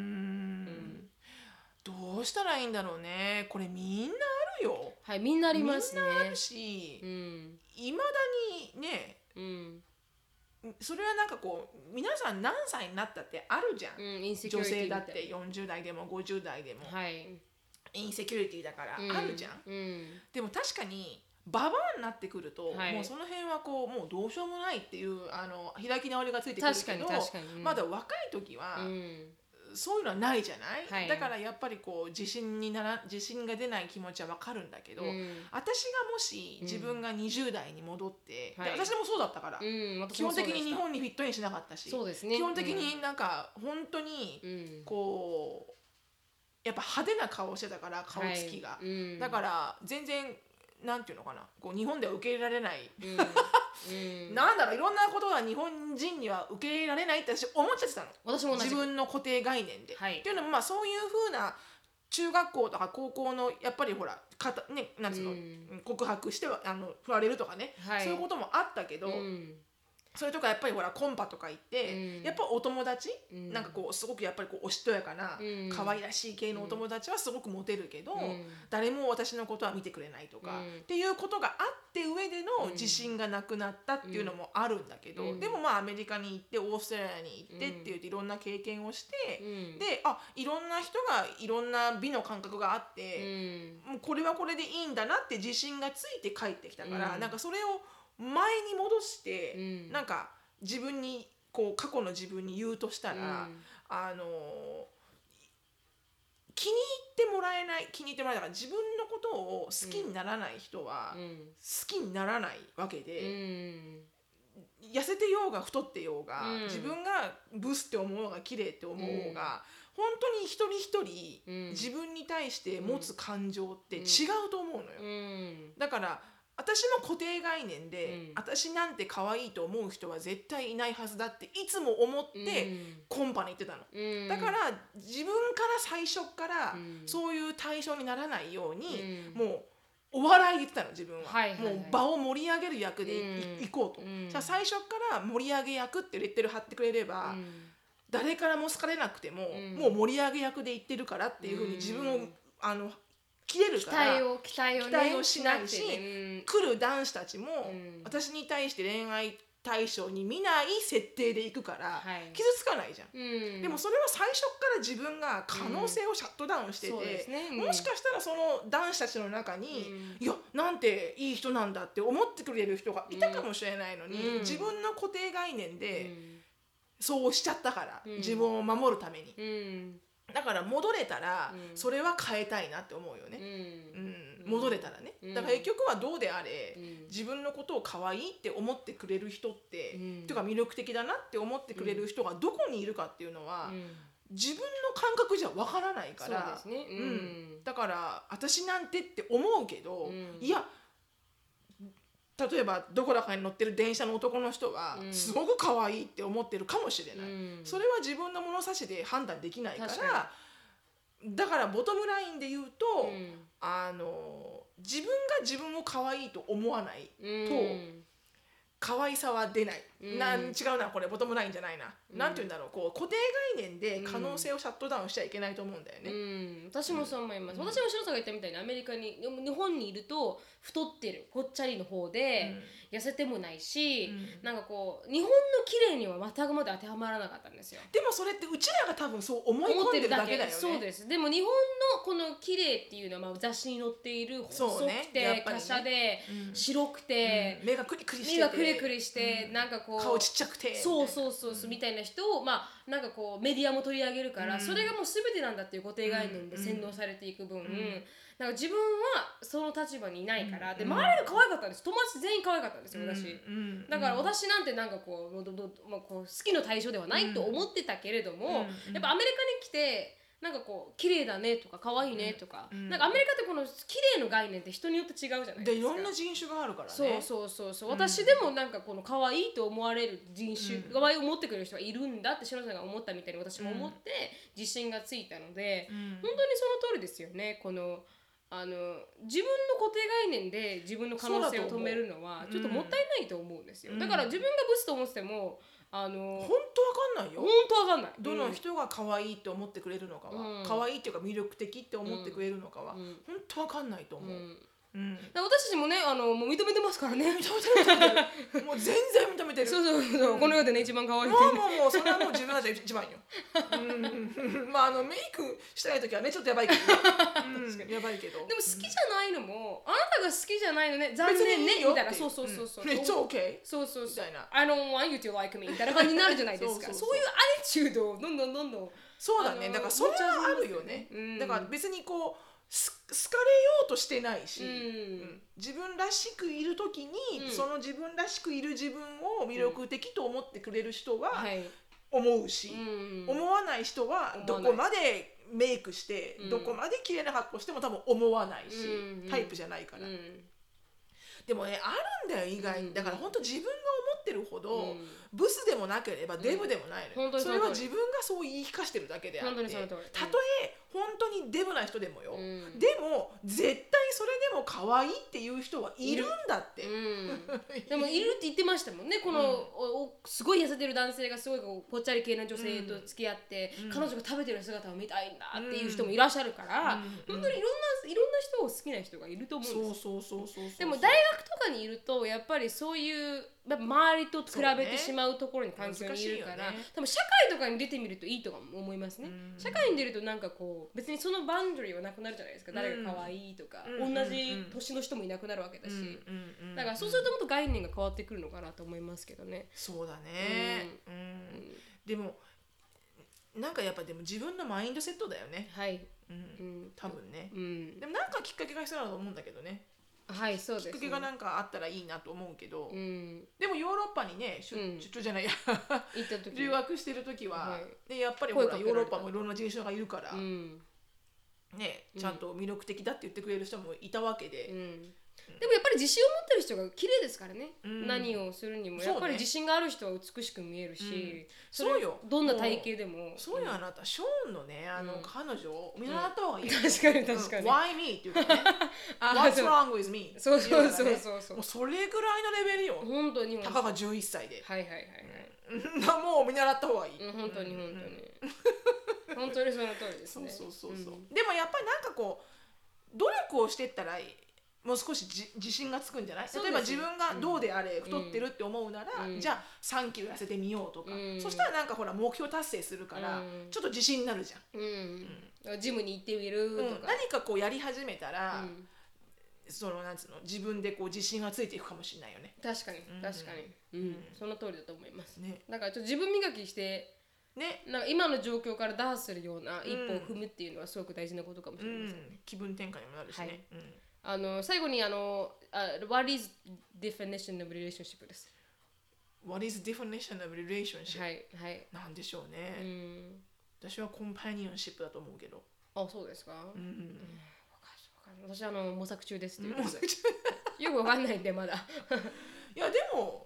どうしたらいいんだろうね。これみんなあるよ。 みんなありますね。 みんなあるし、いまだにね。それはなんかこう皆さん何歳になったってあるじゃん、女性だって40代でも50代でも、 インセキュリティだからあるじゃん、 うん、 でも確かにババアになってくると、 はい、 もうその辺はこうもうどうしようもないっていう開き直りがついてくるけど、まだ若い時は、そういうのはないじゃない、はい、だからやっぱりこう自信が出ない気持ちはわかるんだけど、私がもし自分が20代に戻って、で私もそうだったから、基本的に日本にフィットインしなかったし、 そうですね、 基本的になんか本当にこうやっぱ派手な顔してたから顔つきが、だから全然なんていうのかな、こう日本では受け入れられない、なんだろう、いろんなことが日本人には受け入れられないって私思っちゃってたの。 私も自分の固定概念で、 はい、 っていうのもまあそういう風な中学校とか高校のやっぱりほらね、なんつうの、告白しては振られるとかね、はい、そういうこともあったけど、それとかやっぱりほらコンパとか行って、やっぱお友達、なんかこうすごくやっぱりこうおしとやかな、可愛らしい系のお友達はすごくモテるけど、誰も私のことは見てくれないとか、っていうことがあって上での自信がなくなったっていうのもあるんだけど、でもまあアメリカに行ってオーストラリアに行ってって言っていろんな経験をして、でいろんな人がいろんな美の感覚があって、もうこれはこれでいいんだなって自信がついて帰ってきたから、なんかそれを前に戻して、なんか自分にこう過去の自分に言うとしたら、気に入ってもらえないだから自分のことを好きにならない人は好きにならないわけで、痩せてようが太ってようが、自分がブスって思うが綺麗って思うが、本当に一人一人、自分に対して持つ感情って違うと思うのよ、だから私も固定概念で、私なんて可愛いと思う人は絶対いないはずだっていつも思ってコンパに行ってたの、だから自分から最初からそういう対象にならないように、もうお笑いで言ってたの自分は、もう場を盛り上げる役で行こうと、じゃあ最初から盛り上げ役ってレッテル貼ってくれれば、誰からも好かれなくても、もう盛り上げ役で行ってるからっていうふうに自分を切れるから期待をしないし、来る男子たちも私に対して恋愛対象に見ない設定でいくから傷つかないじゃん、でもそれは最初から自分が可能性をシャットダウンしてて、もしかしたらその男子たちの中に、いやなんていい人なんだって思ってくれる人がいたかもしれないのに、自分の固定概念でそうしちゃったから、自分を守るために、だから戻れたらそれは変えたいなって思うよね、戻れたらね、だから結局はどうであれ、自分のことを可愛いって思ってくれる人って、ていうか魅力的だなって思ってくれる人がどこにいるかっていうのは、自分の感覚じゃわからないから、だから私なんてって思うけど、いや例えばどこらかに乗ってる電車の男の人はすごく可愛いって思ってるかもしれない、それは自分の物差しで判断できないから、だからボトムラインで言うと、自分が自分を可愛いと思わないと、可愛さは出ない、違うな、これボトムラインじゃないな、なんて言うんだろう、こう固定概念で可能性をシャットダウンしちゃいけないと思うんだよね、 私もそう思います、私も白さんが言ったみたいにアメリカに日本にいると太ってるぽっちゃりの方で、痩せてもないし、なんかこう日本の綺麗には全くまで当てはまらなかったんですよ。 でもそれってうちらが多分そう思い込んでるだけだよね。 そうです。でも日本のこの綺麗っていうのは、雑誌に載っている細くて華奢で白くて、 目がクリクリしてて、 目がクリクリして、なんかこう顔ちっちゃくて、 そうみたいな人をなんかこうメディアも取り上げるから、それがもう全てなんだっていう固定概念で洗脳されていく分、なんか自分はその立場にいないから、で周りが可愛かったんです。友達全員可愛かったんですよ、私。だから私なんてなんかこう好きの対象ではないと思ってたけれども、やっぱアメリカに来てなんかこう綺麗だねとか可愛いねとか、なんかアメリカってこの綺麗の概念って人によって違うじゃないですか。 でいろんな人種があるからね。 私でもなんかこの可愛いと思われる人種、可愛いを持ってくれる人がいるんだって篠さんが思ったみたいに私も思って自信がついたので、本当にその通りですよね。この自分の固定概念で自分の可能性を止めるのはちょっともったいないと思うんですよ。だから自分がブスと思ってても本当わかんないよ。 本当わかんない。 どの人が可愛いって思ってくれるのかは、可愛いっていうか魅力的って思ってくれるのかは、本当わかんないと思う。 私たちもねもう認めてますからね。 認めてるもう全然認めてる。 そうこの世でね一番可愛いってもうそれはもう自分が一番よ。まあメイクしたい時はねちょっとやばいけどね。やばいけど。 でも好きじゃないのもあなたが好きじゃないのね残念ねみたいな。そう。 It's okay そうみたいな。 I don't want you to like me みたいな感じになるじゃないですか。そういうアティチュードをどんどんそうだね。だからそれはあるよね。だから別にこう好かれようとしてないし、自分らしくいるときに、その自分らしくいる自分を魅力的と思ってくれる人は思うし、思わない人はどこまでメイクして、どこまで綺麗な格好しても多分思わないし、タイプじゃないから。でもねあるんだよ意外に。だから本当自分が思ってるほどブスでもなければデブでもないのよ。それは自分がそう言い聞かしてるだけであって、たとえ本当にデブな人でもよ、でも絶対それでも可愛いっていう人はいるんだって。 でもいるって言ってましたもんね。このすごい痩せてる男性がすごいぽっちゃり系な女性と付き合って彼女が食べてる姿を見たいんだっていう人もいらっしゃるから、本当にいろんな人を好きな人がいると思うんです。でも大学とかにいるとやっぱりそういう周りと比べてしまうところに環境にいるから、多分社会とかに出てみるといいとか思いますね。社会に出るとなんかこう別にそのバウンダリーはなくなるじゃないですか。誰が可愛いとか、同じ年の人もいなくなるわけだし、だからそうするともっと概念が変わってくるのかなと思いますけどね。 そうだね。でもなんかやっぱでも自分のマインドセットだよね。 はい。 多分ね。でもなんかきっかけが必要だと思うんだけどね。 はいそうですね。 きっかけがなんかあったらいいなと思うけど、でもヨーロッパにね出張じゃないや行った時留学してる時は、でやっぱりほらヨーロッパもいろんな人種がいるから、ねちゃんと魅力的だって言ってくれる人もいたわけで。 でもやっぱり自信を持ってる人が綺麗ですからね。何をするにもやっぱり自信がある人は美しく見えるし、 そうよ。 どんな体型でも。 そうよあなたショーンのね彼女を見習った方がいい。 確かに。 Why me っていうかね。What's wrong with me。 そう。もうそれぐらいのレベルよ。 本当に。 たかが11歳で。 はい。 もう見習った方がいい。 本当に。本当にその通りですね。 そう。でもやっぱりなんかこう努力をしてったらもう少し自信がつくんじゃない？例えば自分がどうであれ太ってるって思うなら、じゃあ3キロ痩せてみようとか、そしたらなんかほら目標達成するから、ちょっと自信になるじゃん。ジムに行ってみるとか、 何かこうやり始めたら、そのなんつうの自分でこう自信がついていくかもしれないよね。 確かに。その通りだと思いますね。だからちょっと自分磨きしてなんか今の状況から打破するような一歩を踏むっていうのはすごく大事なことかもしれませんね。 気分転換にもなるしね。 最後にWhat is definition of relationship です。 What is definition of relationship？ はい。 なんでしょうね。私はコンパニオンシップだと思うけど。 あ、そうですか。私模索中ですっていうことでよくわかんないんでまだいやでも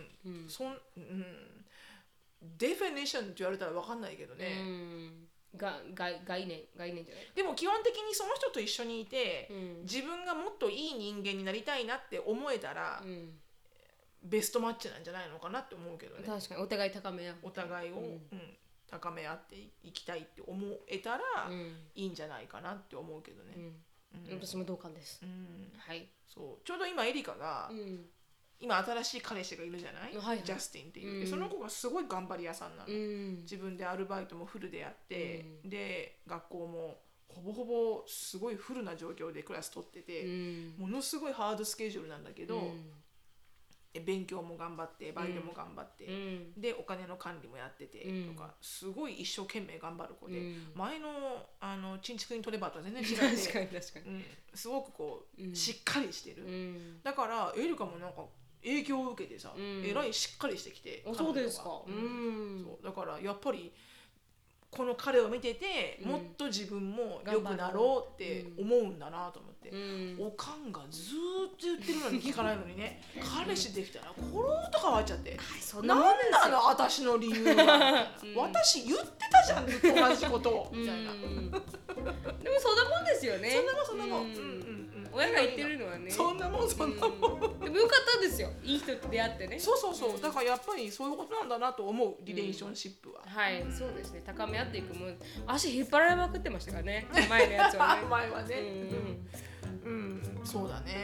デフィニッションって言われたらわかんないけどね。 概念じゃない。 でも基本的にその人と一緒にいて、自分がもっといい人間になりたいなって思えたら、ベストマッチなんじゃないのかなって思うけどね。 確かにお互い高め合う。 お互いを、高め合っていきたいって思えたら、いいんじゃないかなって思うけどね。 私も同感です。はい。 そうちょうど今エリカが、今新しい彼氏がいるじゃない、ジャスティンっていう、その子がすごい頑張り屋さんなの、自分でアルバイトもフルでやって、で学校もほぼほぼすごいフルな状況でクラス取ってて、ものすごいハードスケジュールなんだけど、勉強も頑張ってバイトも頑張って、でお金の管理もやってて、とかすごい一生懸命頑張る子で、前のチンチクリントレバーとは全然違って確かに、 すごくこう、しっかりしてる、だからエリカもなんか影響を受けてさ、えらいしっかりしてきて、 そうですか。 そうだからやっぱりこの彼を見てて、もっと自分も良くなろうって思うんだなと思って、おかんがずーっと言ってるのに聞かないのにね、彼氏できたらコロッと変わっちゃって、なんなの私の理由は私言ってたじゃんずっと同じことをみたいな。でもそんなもんですよね。 そんなもん親が言ってるのはね、 そんなもんでもよかったですよ、いい人と出会ってね。 そうだからやっぱりそういうことなんだなと思う、リレーションシップは。 はい、そうですね、高め合っていくもん。足引っ張られまくってましたからね、前のやつはね。 前はね。そうだね。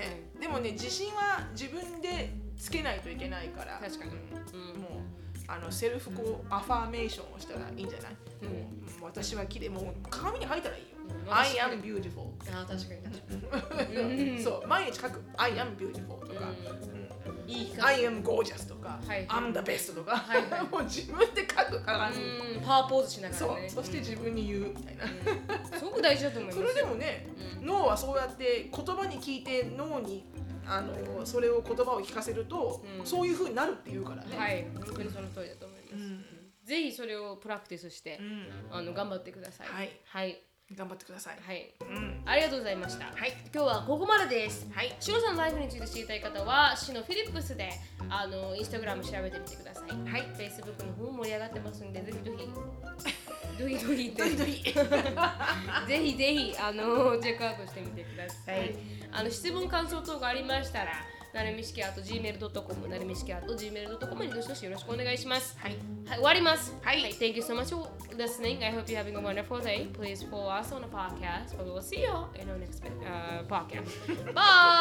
もね、自信は自分でつけないといけないから。 確かに。 もうセルフアファーメーションをしたらいいんじゃない？私は綺麗。もう鏡に入ったらいいよ。I am beautiful。 あ、確かに。 そう、毎日書く。I am beautiful とか。I am gorgeous とか。I'm the best とか。もう自分で書く鏡。 パワーポーズしながらね。 そして自分に言うみたいな。 すごく大事だと思います。 それでもね、脳はそうやって言葉に聞いて脳にそれを言葉を聞かせると、そういう風になるっていうからね。 はい、本当にその通りだと思います。ぜひそれをプラクティスして、頑張ってください。はい。 頑張ってください。 はい。ありがとうございました。 はい。 今日はここまでです。はい。シノさんのライフについて知りたい方は、シノフィリップスでインスタグラム調べてみてください。はい。Facebook の方盛り上がってますんで、ぜひぜひ。ぜひぜひぜひチェックアウトしてみてください。質問感想等がありましたら、なるみしき@gmail.com なるみしき@gmail.com にどしどしよろしくお願いします。はい。終わります。はい。Thank you so much for listening. I hope you're having a wonderful day. Please follow us on the podcast. But we'll see you in our next podcast. Bye.